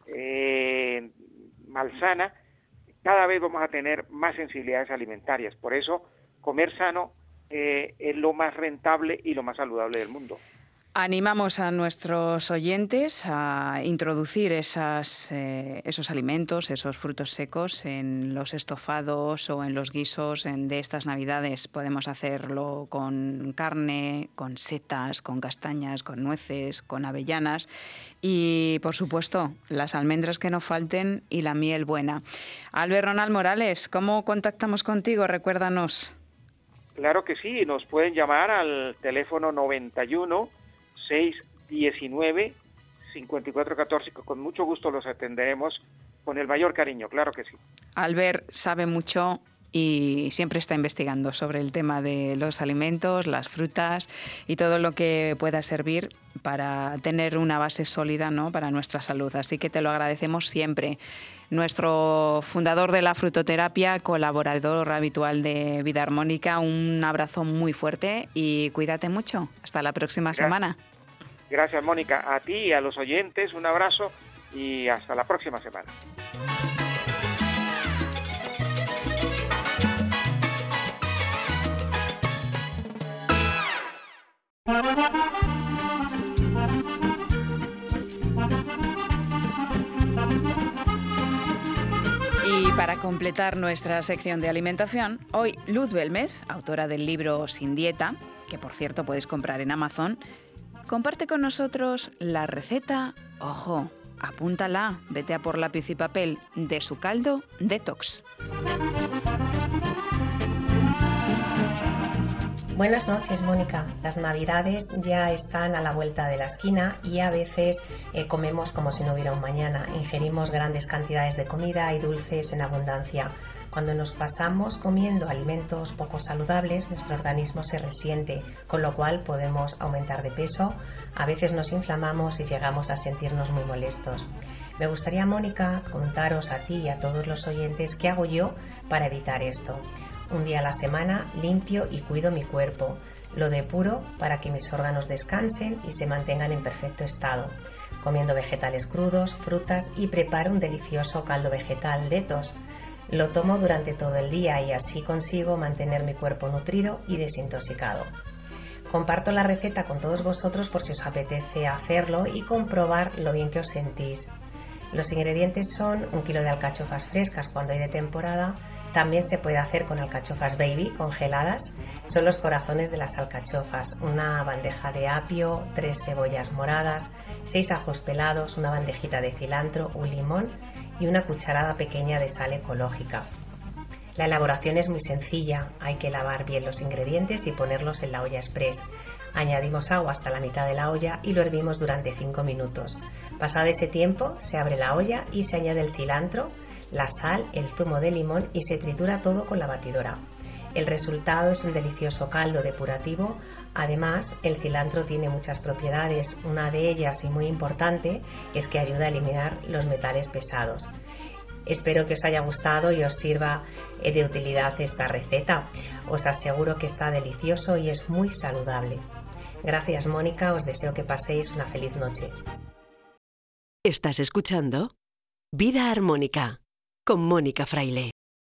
eh, malsana, cada vez vamos a tener más sensibilidades alimentarias. Por eso, comer sano eh, es lo más rentable y lo más saludable del mundo. Animamos a nuestros oyentes a introducir esas, eh, esos alimentos, esos frutos secos en los estofados o en los guisos en, de estas Navidades. Podemos hacerlo con carne, con setas, con castañas, con nueces, con avellanas y, por supuesto, las almendras que no falten y la miel buena. Albert Ronald Morales, ¿cómo contactamos contigo? Recuérdanos. Claro que sí, nos pueden llamar al teléfono noventa y uno, seis diecinueve, cincuenta y cuatro catorce, con mucho gusto los atenderemos con el mayor cariño, claro que sí. Albert sabe mucho y siempre está investigando sobre el tema de los alimentos, las frutas y todo lo que pueda servir para tener una base sólida, ¿no?, para nuestra salud. Así que te lo agradecemos siempre. Nuestro fundador de la frutoterapia, colaborador habitual de Vida Armónica, un abrazo muy fuerte y cuídate mucho. Hasta la próxima Gracias. semana. Gracias, Mónica. A ti y a los oyentes, un abrazo y hasta la próxima semana. Y para completar nuestra sección de alimentación, hoy Luz Belmez, autora del libro Sin Dieta, que por cierto podéis comprar en Amazon, comparte con nosotros la receta, ojo, apúntala, vete a por lápiz y papel, de su caldo detox. Buenas noches, Mónica. Las Navidades ya están a la vuelta de la esquina y a veces eh, comemos como si no hubiera un mañana. Ingerimos grandes cantidades de comida y dulces en abundancia. Cuando nos pasamos comiendo alimentos poco saludables, nuestro organismo se resiente, con lo cual podemos aumentar de peso, a veces nos inflamamos y llegamos a sentirnos muy molestos. Me gustaría, Mónica, contaros a ti y a todos los oyentes qué hago yo para evitar esto. Un día a la semana limpio y cuido mi cuerpo, lo depuro para que mis órganos descansen y se mantengan en perfecto estado, comiendo vegetales crudos, frutas y preparo un delicioso caldo vegetal detox. Lo tomo durante todo el día y así consigo mantener mi cuerpo nutrido y desintoxicado. Comparto la receta con todos vosotros por si os apetece hacerlo y comprobar lo bien que os sentís. Los ingredientes son un kilo de alcachofas frescas cuando hay de temporada. También se puede hacer con alcachofas baby congeladas. Son los corazones de las alcachofas, una bandeja de apio, tres cebollas moradas, seis ajos pelados, una bandejita de cilantro, un limón y una cucharada pequeña de sal ecológica. La elaboración es muy sencilla, hay que lavar bien los ingredientes y ponerlos en la olla express. Añadimos agua hasta la mitad de la olla y lo hervimos durante cinco minutos. Pasado ese tiempo, se abre la olla y se añade el cilantro, la sal, el zumo de limón y se tritura todo con la batidora. El resultado es un delicioso caldo depurativo. Además, el cilantro tiene muchas propiedades. Una de ellas, y muy importante, es que ayuda a eliminar los metales pesados. Espero que os haya gustado y os sirva de utilidad esta receta. Os aseguro que está delicioso y es muy saludable. Gracias, Mónica. Os deseo que paséis una feliz noche. Estás escuchando Vida Armónica con Mónica Fraile.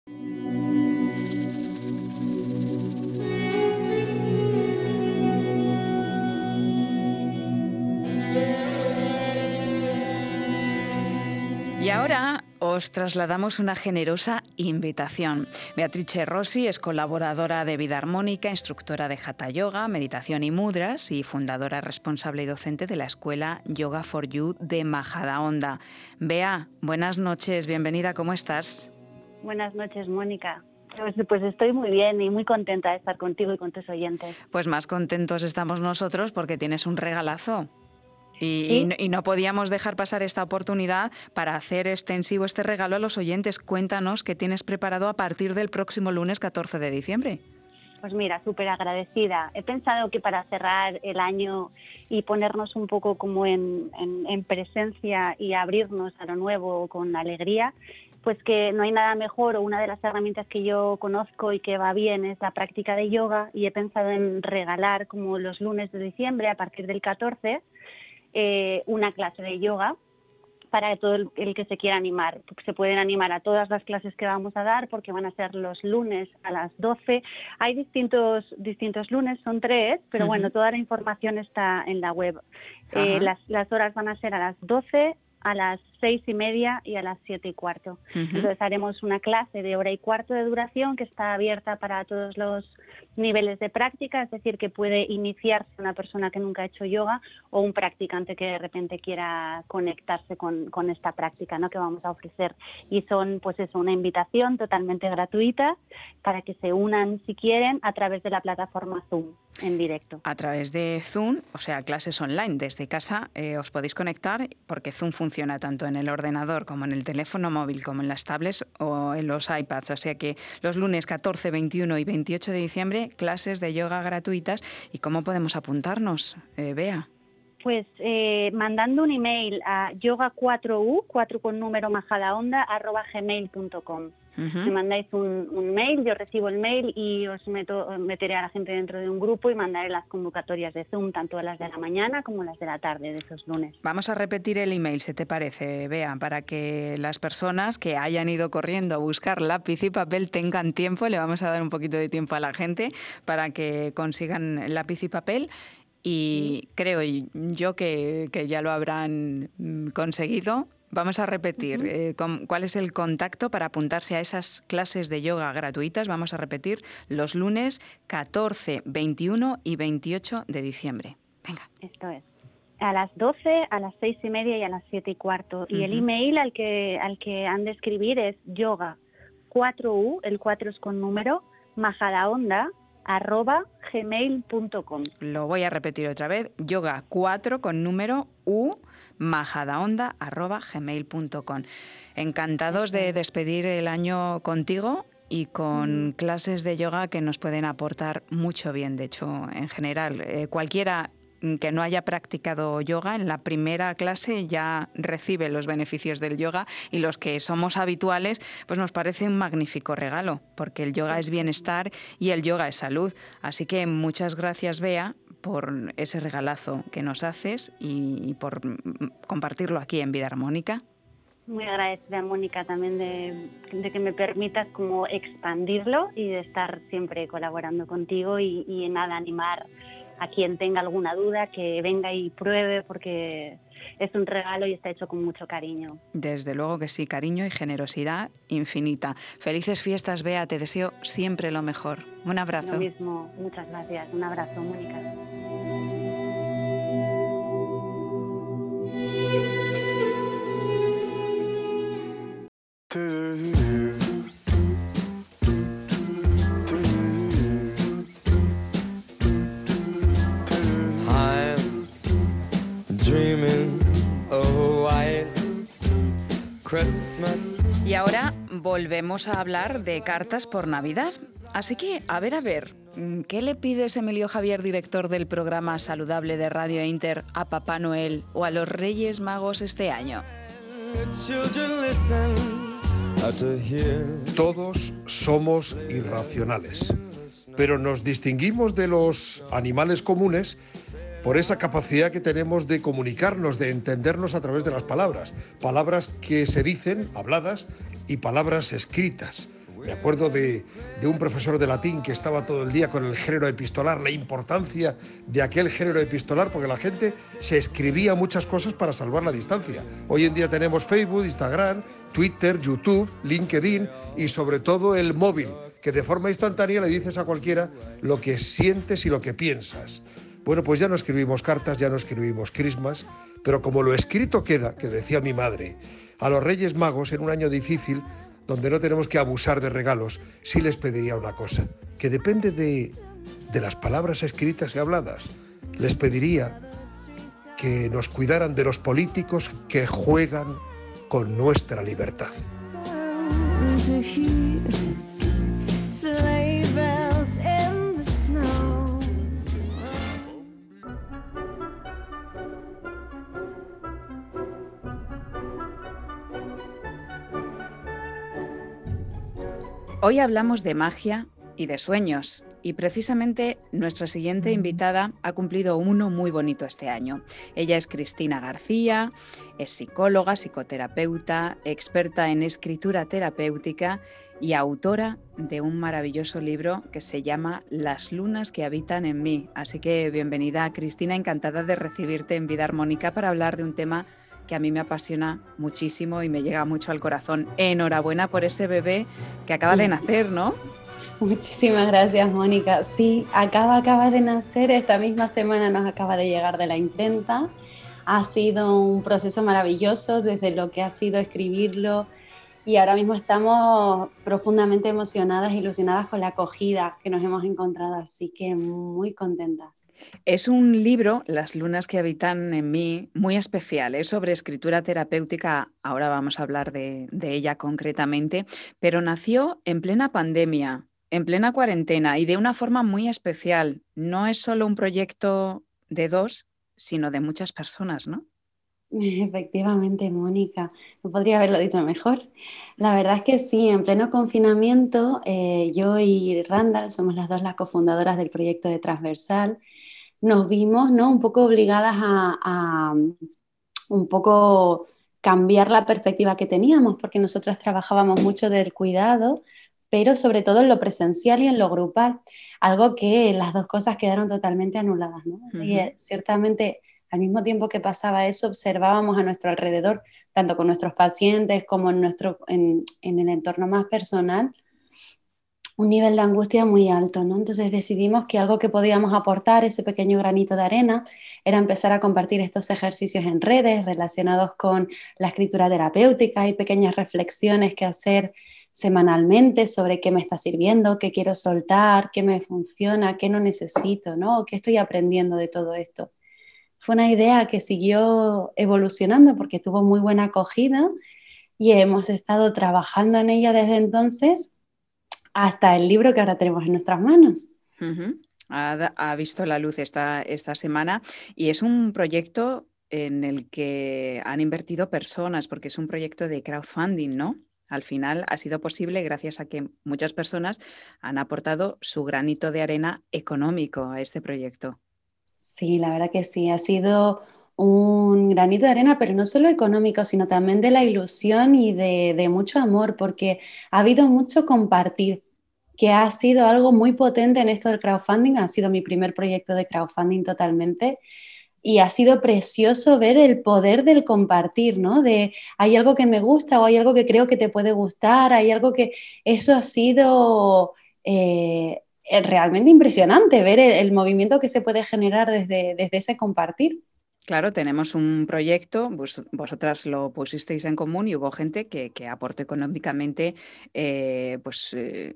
Y ahora os trasladamos una generosa invitación. Beatrice Rossi es colaboradora de Vida Armónica, instructora de Hatha Yoga, meditación y mudras y fundadora responsable y docente de la escuela Yoga for You de Majadahonda. Bea, buenas noches, bienvenida, ¿cómo estás? Buenas noches, Mónica. Pues, pues estoy muy bien y muy contenta de estar contigo y con tus oyentes. Pues más contentos estamos nosotros porque tienes un regalazo. Y, ¿Sí? y, no, y no podíamos dejar pasar esta oportunidad para hacer extensivo este regalo a los oyentes. Cuéntanos qué tienes preparado a partir del próximo lunes catorce de diciembre. Pues mira, súper agradecida. He pensado que para cerrar el año y ponernos un poco como en, en, en presencia y abrirnos a lo nuevo con alegría, pues que no hay nada mejor, o una de las herramientas que yo conozco y que va bien es la práctica de yoga, y he pensado en regalar como los lunes de diciembre a partir del catorce Eh, una clase de yoga para todo el, el que se quiera animar. Se pueden animar a todas las clases que vamos a dar porque van a ser los lunes a las doce. Hay distintos distintos lunes, son tres, pero uh-huh. bueno, toda la información está en la web. Uh-huh. Eh, las, las horas van a ser a las doce, a las seis y media y a las siete y cuarto. Uh-huh. Entonces haremos una clase de hora y cuarto de duración que está abierta para todos los niveles de práctica, es decir, que puede iniciarse una persona que nunca ha hecho yoga o un practicante que de repente quiera conectarse con, con esta práctica, ¿no?, que vamos a ofrecer. Y son, pues eso, una invitación totalmente gratuita para que se unan, si quieren, a través de la plataforma Zoom en directo. A través de Zoom, o sea, clases online. Desde casa eh, os podéis conectar porque Zoom funciona tanto en el ordenador como en el teléfono móvil, como en las tablets o en los iPads. O sea que los lunes catorce, veintiuno y veintiocho de diciembre, clases de yoga gratuitas. ¿Y cómo podemos apuntarnos, eh, Bea? Pues eh, mandando un email a yoga cuatro u, cuatro con número majadahonda, arroba gmail punto com. Uh-huh. Me mandáis un, un mail, yo recibo el mail y os meto, meteré a la gente dentro de un grupo y mandaré las convocatorias de Zoom, tanto las de la mañana como las de la tarde de esos lunes. Vamos a repetir el email, si te parece, Bea, para que las personas que hayan ido corriendo a buscar lápiz y papel tengan tiempo. Le vamos a dar un poquito de tiempo a la gente para que consigan lápiz y papel. Y creo yo que, que ya lo habrán conseguido. Vamos a repetir. Ujú. eh, con- ¿Cuál es el contacto para apuntarse a esas clases de yoga gratuitas? Vamos a repetir los lunes catorce, veintiuno y veintiocho de diciembre. Venga. Esto es. A las doce, a las seis y media y a las siete y cuarto. Y el Ujú. email al que, al que han de escribir es yoga cuatro u, el cuatro es con número, majadahonda, arroba gmail punto com. Lo voy a repetir otra vez. yoga cuatro con número u, majadahonda arroba gmail punto com. Encantados de despedir el año contigo y con clases de yoga que nos pueden aportar mucho bien. De hecho, en general, eh, cualquiera que no haya practicado yoga, en la primera clase ya recibe los beneficios del yoga, y los que somos habituales, pues nos parece un magnífico regalo, porque el yoga es bienestar y el yoga es salud. Así que muchas gracias, Bea, por ese regalazo que nos haces y, y por mm, compartirlo aquí en Vida Armónica. Muy agradecida, Mónica, también de, de que me permitas como expandirlo y de estar siempre colaborando contigo y, y nada, animar a quien tenga alguna duda que venga y pruebe, porque es un regalo y está hecho con mucho cariño. Desde luego que sí, cariño y generosidad infinita. Felices fiestas, Bea, te deseo siempre lo mejor. Un abrazo. Lo mismo, muchas gracias. Un abrazo, Mónica. I'm dreaming of a white Christmas. Y ahora volvemos a hablar de cartas por Navidad. Así que, a ver, a ver, ¿qué le pides, Emilio Javier, director del programa Saludable de Radio Inter, a Papá Noel o a los Reyes Magos este año? Children listen to hear. Todos somos irracionales, pero nos distinguimos de los animales comunes por esa capacidad que tenemos de comunicarnos, de entendernos a través de las palabras. Palabras que se dicen, habladas, y palabras escritas. Me acuerdo de, de un profesor de latín que estaba todo el día con el género epistolar, la importancia de aquel género epistolar, porque la gente se escribía muchas cosas para salvar la distancia. Hoy en día tenemos Facebook, Instagram, Twitter, YouTube, LinkedIn y sobre todo el móvil, que de forma instantánea le dices a cualquiera lo que sientes y lo que piensas. Bueno, pues ya no escribimos cartas, ya no escribimos crismas, pero como lo escrito queda, que decía mi madre, a los Reyes Magos en un año difícil, donde no tenemos que abusar de regalos, sí les pediría una cosa, que depende de, de las palabras escritas y habladas. Les pediría que nos cuidaran de los políticos que juegan con nuestra libertad. Hoy hablamos de magia y de sueños, y precisamente nuestra siguiente invitada ha cumplido uno muy bonito este año. Ella es Cristina García, es psicóloga, psicoterapeuta, experta en escritura terapéutica y autora de un maravilloso libro que se llama Las lunas que habitan en mí. Así que bienvenida, Cristina, encantada de recibirte en Vida Armónica para hablar de un tema que a mí me apasiona muchísimo y me llega mucho al corazón. Enhorabuena por ese bebé que acaba de nacer, ¿no? Muchísimas gracias, Mónica. Sí, acaba, acaba de nacer, esta misma semana nos acaba de llegar de la imprenta. Ha sido un proceso maravilloso desde lo que ha sido escribirlo, y ahora mismo estamos profundamente emocionadas e ilusionadas con la acogida que nos hemos encontrado, así que muy contentas. Es un libro, Las lunas que habitan en mí, muy especial, es sobre escritura terapéutica. Ahora vamos a hablar de, de ella concretamente, pero nació en plena pandemia, en plena cuarentena y de una forma muy especial. No es solo un proyecto de dos, sino de muchas personas, ¿no? Efectivamente, Mónica, no podría haberlo dicho mejor. La verdad es que sí, en pleno confinamiento, eh, yo y Randall, somos las dos las cofundadoras del proyecto de Transversal, nos vimos, ¿no?, un poco obligadas a, a un poco cambiar la perspectiva que teníamos, porque nosotras trabajábamos mucho del cuidado, pero sobre todo en lo presencial y en lo grupal, algo que las dos cosas quedaron totalmente anuladas, ¿no? Uh-huh. Y eh, ciertamente Al mismo tiempo que pasaba eso, observábamos a nuestro alrededor, tanto con nuestros pacientes como en, nuestro, en, en el entorno más personal, un nivel de angustia muy alto, ¿no? Entonces decidimos que algo que podíamos aportar, ese pequeño granito de arena, era empezar a compartir estos ejercicios en redes relacionados con la escritura terapéutica y pequeñas reflexiones que hacer semanalmente sobre qué me está sirviendo, qué quiero soltar, qué me funciona, qué no necesito, ¿no? ¿Qué estoy aprendiendo de todo esto? Fue una idea que siguió evolucionando porque tuvo muy buena acogida y hemos estado trabajando en ella desde entonces hasta el libro que ahora tenemos en nuestras manos. Uh-huh. Ha, ha visto la luz esta, esta semana y es un proyecto en el que han invertido personas, porque es un proyecto de crowdfunding, ¿no? Al final ha sido posible gracias a que muchas personas han aportado su granito de arena económico a este proyecto. Sí, la verdad que sí, ha sido un granito de arena, pero no solo económico, sino también de la ilusión y de, de mucho amor, porque ha habido mucho compartir, que ha sido algo muy potente en esto del crowdfunding. Ha sido mi primer proyecto de crowdfunding totalmente y ha sido precioso ver el poder del compartir, ¿no? De hay algo que me gusta o hay algo que creo que te puede gustar, hay algo que... Eso ha sido... Eh, realmente impresionante ver el, el movimiento que se puede generar desde, desde ese compartir. Claro, tenemos un proyecto, vos, vosotras lo pusisteis en común y hubo gente que, que aportó económicamente eh, pues, eh,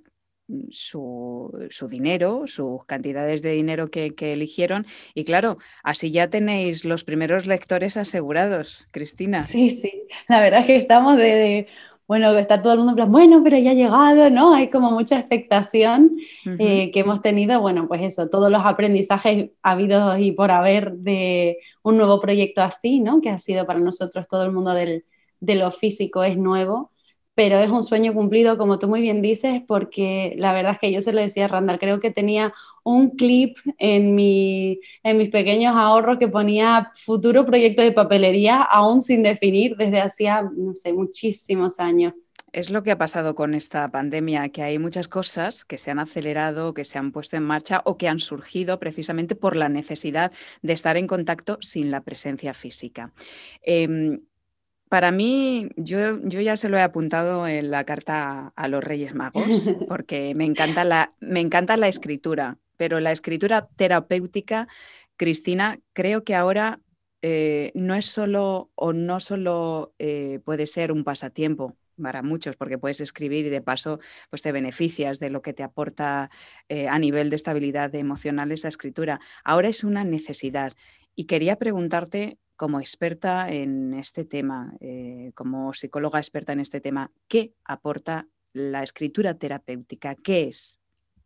su, su dinero, sus cantidades de dinero que, que eligieron. Y claro, así ya tenéis los primeros lectores asegurados, Cristina. Sí, sí, la verdad es que estamos de... de bueno, está todo el mundo en plan, bueno, pero ya ha llegado, ¿no? Hay como mucha expectación Uh-huh. eh, que hemos tenido, bueno, pues eso, todos los aprendizajes habidos y por haber de un nuevo proyecto así, ¿no? Que ha sido para nosotros, todo el mundo del, de lo físico es nuevo, pero es un sueño cumplido, como tú muy bien dices, porque la verdad es que yo se lo decía a Randall, creo que tenía un clip en, mi, en mis pequeños ahorros que ponía futuro proyecto de papelería, aún sin definir, desde hacía, no sé, muchísimos años. Es lo que ha pasado con esta pandemia, que hay muchas cosas que se han acelerado, que se han puesto en marcha o que han surgido precisamente por la necesidad de estar en contacto sin la presencia física. Eh, Para mí, yo, yo ya se lo he apuntado en la carta a los Reyes Magos, porque me encanta la, me encanta la escritura, pero la escritura terapéutica, Cristina, creo que ahora eh, no es solo o no solo eh, puede ser un pasatiempo para muchos, porque puedes escribir y de paso pues te beneficias de lo que te aporta eh, a nivel de estabilidad emocional esa escritura. Ahora es una necesidad. Y quería preguntarte, como experta en este tema, eh, como psicóloga experta en este tema, ¿qué aporta la escritura terapéutica? ¿Qué es?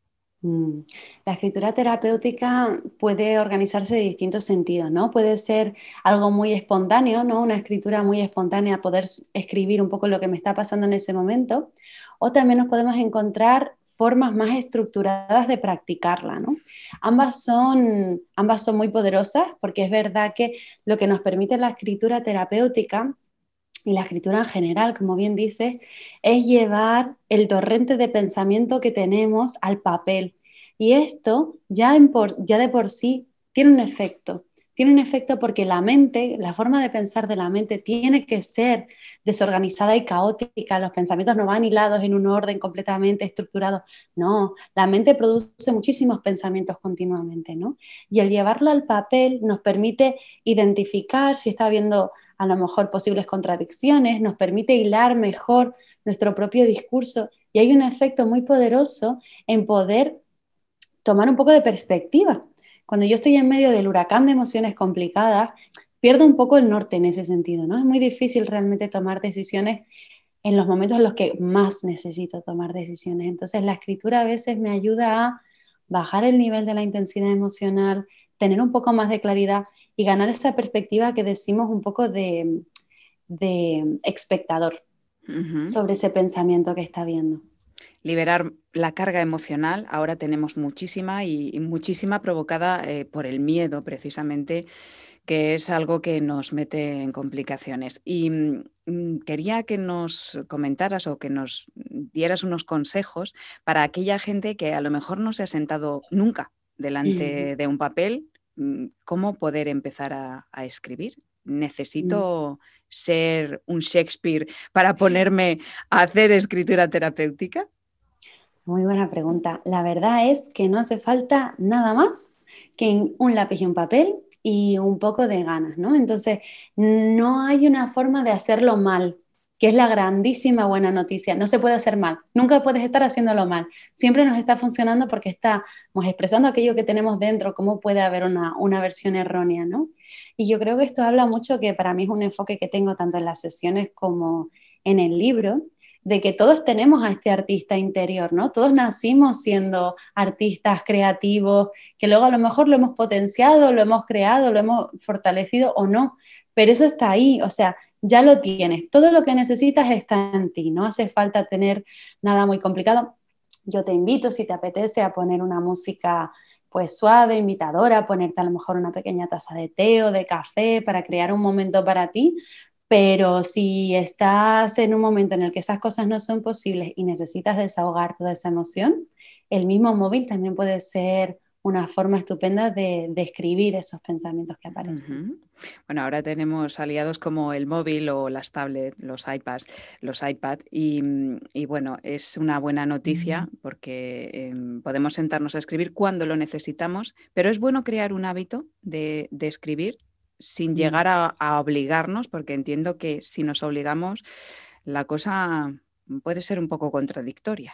Mm. La escritura terapéutica puede organizarse de distintos sentidos, ¿no? Puede ser algo muy espontáneo, ¿no? Una escritura muy espontánea, poder escribir un poco lo que me está pasando en ese momento, o también nos podemos encontrar formas más estructuradas de practicarla, ¿no? Ambas son, ambas son muy poderosas porque es verdad que lo que nos permite la escritura terapéutica y la escritura en general, como bien dices, es llevar el torrente de pensamiento que tenemos al papel. Y esto ya, en por, ya de por sí tiene un efecto. Tiene un efecto porque la mente, la forma de pensar de la mente tiene que ser desorganizada y caótica. Los pensamientos no van hilados en un orden completamente estructurado. No, la mente produce muchísimos pensamientos continuamente, ¿no? Y el llevarlo al papel nos permite identificar si está habiendo a lo mejor posibles contradicciones, nos permite hilar mejor nuestro propio discurso y hay un efecto muy poderoso en poder tomar un poco de perspectiva. Cuando yo estoy en medio del huracán de emociones complicadas, pierdo un poco el norte en ese sentido, ¿no? Es muy difícil realmente tomar decisiones en los momentos en los que más necesito tomar decisiones. Entonces la escritura a veces me ayuda a bajar el nivel de la intensidad emocional, tener un poco más de claridad y ganar esa perspectiva que decimos un poco de, de espectador uh-huh. sobre ese pensamiento que está viendo. Liberar la carga emocional, ahora tenemos muchísima y, y muchísima provocada eh, por el miedo precisamente, que es algo que nos mete en complicaciones. Y mm, quería que nos comentaras o que nos dieras unos consejos para aquella gente que a lo mejor no se ha sentado nunca delante uh-huh. de un papel, ¿cómo poder empezar a, a escribir? Mm. ¿Necesito ser un Shakespeare para ponerme a hacer escritura terapéutica? Muy buena pregunta. La verdad es que no hace falta nada más que un lápiz y un papel y un poco de ganas, ¿no? Entonces, no hay una forma de hacerlo mal, que es la grandísima buena noticia. No se puede hacer mal. Nunca puedes estar haciéndolo mal. Siempre nos está funcionando porque estamos expresando aquello que tenemos dentro. ¿Cómo puede haber una, una versión errónea, ¿no? Y yo creo que esto habla mucho, que para mí es un enfoque que tengo tanto en las sesiones como en el libro, de que todos tenemos a este artista interior, ¿no? Todos nacimos siendo artistas creativos, que luego a lo mejor lo hemos potenciado, lo hemos creado, lo hemos fortalecido o no, pero eso está ahí, o sea, ya lo tienes. Todo lo que necesitas está en ti, no hace falta tener nada muy complicado. Yo te invito, si te apetece, a poner una música pues suave, invitadora, ponerte a lo mejor una pequeña taza de té o de café para crear un momento para ti. Pero si estás en un momento en el que esas cosas no son posibles y necesitas desahogar toda esa emoción, el mismo móvil también puede ser una forma estupenda de, de escribir esos pensamientos que aparecen. Ujú. Bueno, ahora tenemos aliados como el móvil o las tablets, los iPads, los iPad y, mm, y bueno, es una buena noticia porque em, podemos sentarnos a escribir cuando lo necesitamos, pero es bueno crear un hábito de, de escribir sin Mm. llegar a, a obligarnos, porque entiendo que si nos obligamos, la cosa puede ser un poco contradictoria.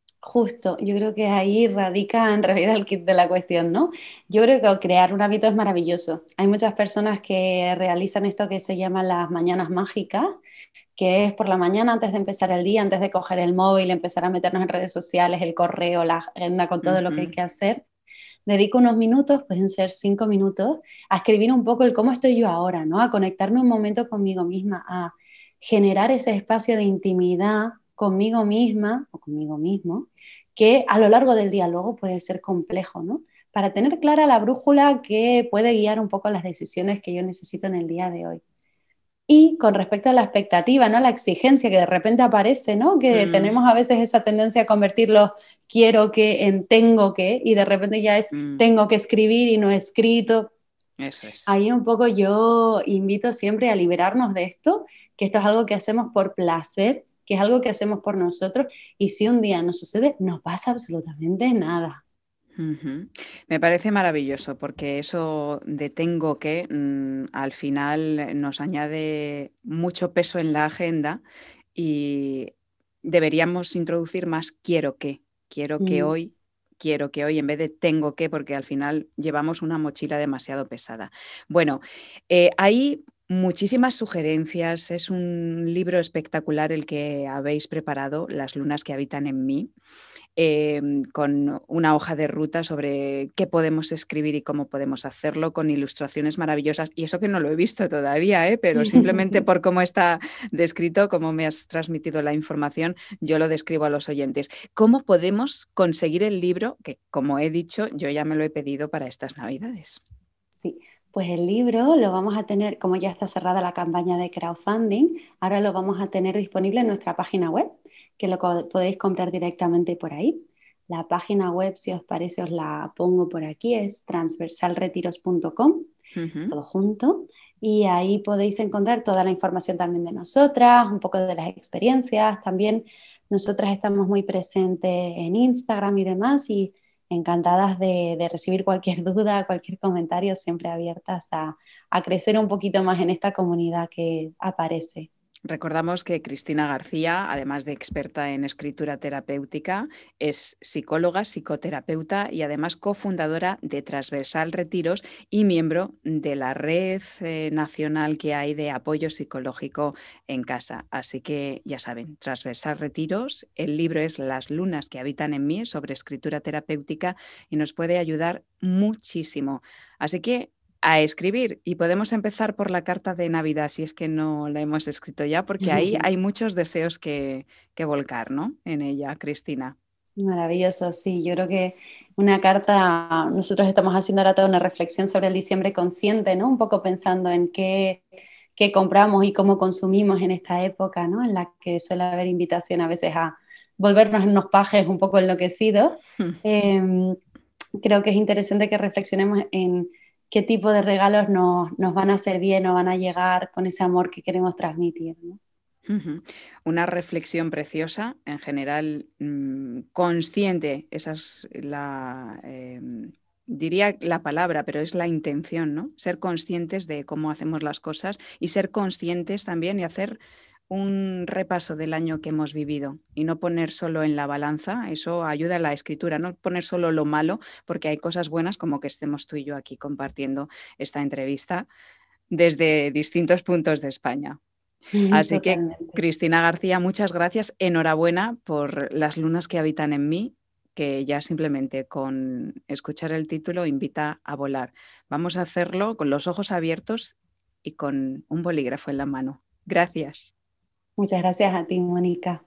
Justo, yo creo que ahí radica en realidad el kit de la cuestión, ¿no? Yo creo que crear un hábito es maravilloso. Hay muchas personas que realizan esto que se llama las mañanas mágicas, que es por la mañana antes de empezar el día, antes de coger el móvil, empezar a meternos en redes sociales, el correo, la agenda con todo lo que hay Ujú. que hacer. Dedico unos minutos, pueden ser cinco minutos, a escribir un poco el cómo estoy yo ahora, ¿no? A conectarme un momento conmigo misma, a generar ese espacio de intimidad conmigo misma o conmigo mismo, que a lo largo del día luego puede ser complejo, ¿no? Para tener clara la brújula que puede guiar un poco las decisiones que yo necesito en el día de hoy. Y con respecto a la expectativa, ¿no? La exigencia que de repente aparece, ¿no? Que Mm, tenemos a veces esa tendencia a convertirlo quiero que en tengo que, y de repente ya es mm, tengo que escribir y no he escrito. eso es. Ahí un poco yo invito siempre a liberarnos de esto, que esto es algo que hacemos por placer, que es algo que hacemos por nosotros, y si un día nos sucede, no pasa absolutamente nada. Ujú. Me parece maravilloso porque eso de tengo que mm, al final nos añade mucho peso en la agenda y deberíamos introducir más quiero que, quiero que Mm. hoy, quiero que hoy en vez de tengo que, porque al final llevamos una mochila demasiado pesada. Bueno, eh, hay muchísimas sugerencias, es un libro espectacular el que habéis preparado, Las lunas que habitan en mí, em, con una hoja de ruta sobre qué podemos escribir y cómo podemos hacerlo, con ilustraciones maravillosas. Y eso que no lo he visto todavía, ¿eh? Pero simplemente por cómo está descrito, cómo me has transmitido la información, yo lo describo a los oyentes. ¿Cómo podemos conseguir el libro? Que, como he dicho, yo ya me lo he pedido para estas Navidades. Sí, pues el libro lo vamos a tener, como ya está cerrada la campaña de crowdfunding, ahora lo vamos a tener disponible en nuestra página web, que lo co- podéis comprar directamente por ahí. La página web, si os parece, os la pongo por aquí, es transversalretiros punto com, Ujú. todo junto, y ahí podéis encontrar toda la información también de nosotras, un poco de las experiencias. También nosotras estamos muy presentes en Instagram y demás, y encantadas de, de recibir cualquier duda, cualquier comentario, siempre abiertas a, a crecer un poquito más en esta comunidad que aparece. Recordamos que Cristina García, además de experta en escritura terapéutica, es psicóloga, psicoterapeuta y además cofundadora de Transversal Retiros y miembro de la red eh, nacional que hay de apoyo psicológico en casa. Así que ya saben, Transversal Retiros, el libro es Las lunas que habitan en mí, sobre escritura terapéutica, y nos puede ayudar muchísimo. Así que a escribir, y podemos empezar por la carta de Navidad, si es que no la hemos escrito ya, porque ahí hay muchos deseos que, que volcar, ¿no? En ella, Cristina. Maravilloso, sí. Yo creo que una carta, nosotros estamos haciendo ahora toda una reflexión sobre el diciembre consciente, ¿no? Un poco pensando en qué, qué compramos y cómo consumimos en esta época, ¿no? En la que suele haber invitación a veces a volvernos en unos pajes un poco enloquecidos. Eh, creo que es interesante que reflexionemos en qué tipo de regalos nos, nos van a hacer bien o van a llegar con ese amor que queremos transmitir, ¿no? Uh-huh. Una reflexión preciosa, en general mmm, consciente, esa es la, eh, diría la palabra, pero es la intención, ¿no? Ser conscientes de cómo hacemos las cosas y ser conscientes también y hacer un repaso del año que hemos vivido y no poner solo en la balanza, eso ayuda a la escritura, no poner solo lo malo, porque hay cosas buenas como que estemos tú y yo aquí compartiendo esta entrevista desde distintos puntos de España. Así Totalmente. que, Cristina García, muchas gracias. Enhorabuena por Las lunas que habitan en mí, que ya simplemente con escuchar el título invita a volar. Vamos a hacerlo con los ojos abiertos y con un bolígrafo en la mano. Gracias. Muchas gracias a ti, Mónica.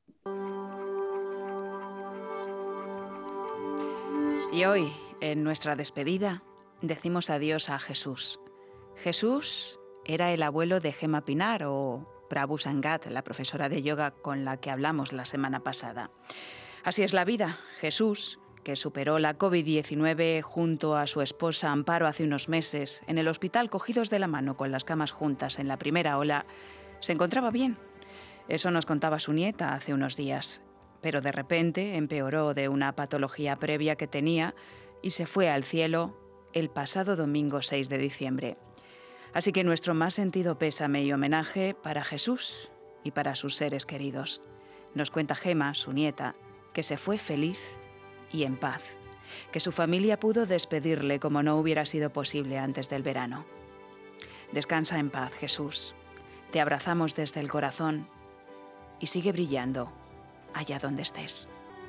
Y hoy, en nuestra despedida, decimos adiós a Jesús. Jesús era el abuelo de Gemma Pinar o Prabhu Sangat, la profesora de yoga con la que hablamos la semana pasada. Así es la vida. Jesús, que superó la covid diecinueve junto a su esposa Amparo hace unos meses, en el hospital cogidos de la mano con las camas juntas en la primera ola, se encontraba bien. Eso nos contaba su nieta hace unos días. Pero de repente empeoró de una patología previa que tenía y se fue al cielo el pasado domingo seis de diciembre. Así que nuestro más sentido pésame y homenaje para Jesús y para sus seres queridos. Nos cuenta Gemma, su nieta, que se fue feliz y en paz, que su familia pudo despedirle como no hubiera sido posible antes del verano. Descansa en paz, Jesús. Te abrazamos desde el corazón y sigue brillando allá donde estés.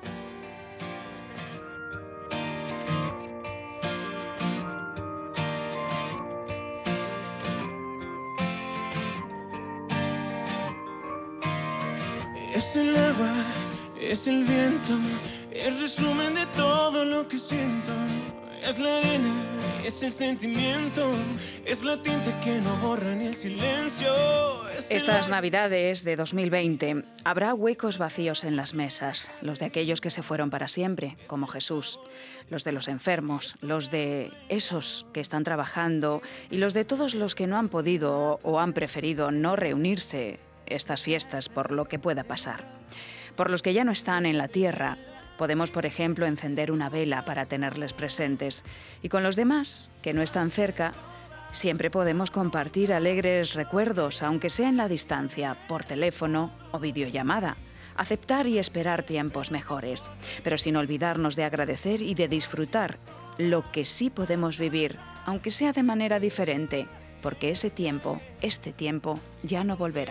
Es el agua, es el viento, es resumen de todo lo que siento. Es la arena, es el sentimiento, es la tinta que no borra ni el silencio. Estas Navidades de dos mil veinte habrá huecos vacíos en las mesas, los de aquellos que se fueron para siempre, como Jesús, los de los enfermos, los de esos que están trabajando y los de todos los que no han podido o han preferido no reunirse estas fiestas por lo que pueda pasar. Por los que ya no están en la tierra, podemos, por ejemplo, encender una vela para tenerles presentes. Y con los demás, que no están cerca, siempre podemos compartir alegres recuerdos, aunque sea en la distancia, por teléfono o videollamada. Aceptar y esperar tiempos mejores, pero sin olvidarnos de agradecer y de disfrutar lo que sí podemos vivir, aunque sea de manera diferente, porque ese tiempo, este tiempo, ya no volverá.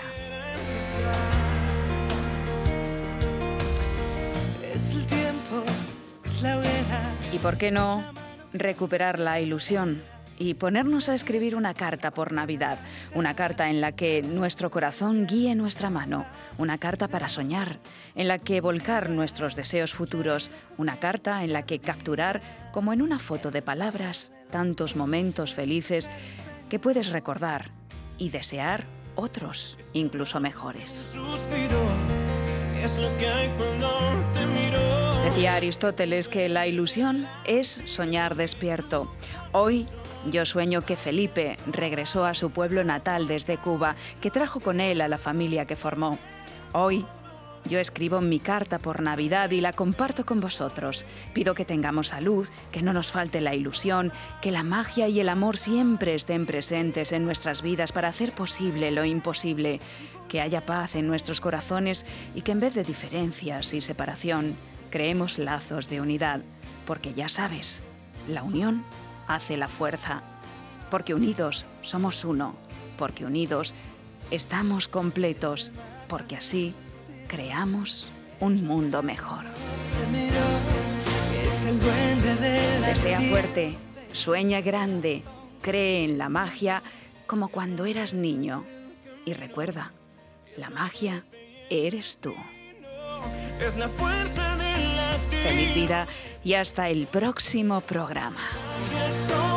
Es el tiempo, es la hoguera. ¿Y por qué no recuperar la ilusión y ponernos a escribir una carta por Navidad? Una carta en la que nuestro corazón guíe nuestra mano, una carta para soñar, en la que volcar nuestros deseos futuros, una carta en la que capturar, como en una foto de palabras, tantos momentos felices que puedes recordar y desear otros, incluso mejores. Suspiro, es lo que hay cuando te miro. Decía Aristóteles que la ilusión es soñar despierto. Hoy yo sueño que Felipe regresó a su pueblo natal desde Cuba, que trajo con él a la familia que formó. Hoy yo escribo mi carta por Navidad y la comparto con vosotros. Pido que tengamos salud, que no nos falte la ilusión, que la magia y el amor siempre estén presentes en nuestras vidas para hacer posible lo imposible, que haya paz en nuestros corazones y que en vez de diferencias y separación, creemos lazos de unidad, porque ya sabes, la unión hace la fuerza, porque unidos somos uno, porque unidos estamos completos, porque así creamos un mundo mejor. Desea fuerte, sueña grande, cree en la magia como cuando eras niño. Y recuerda, la magia eres tú. Es la fuerza de latir. Feliz vida y hasta el próximo programa. Estoy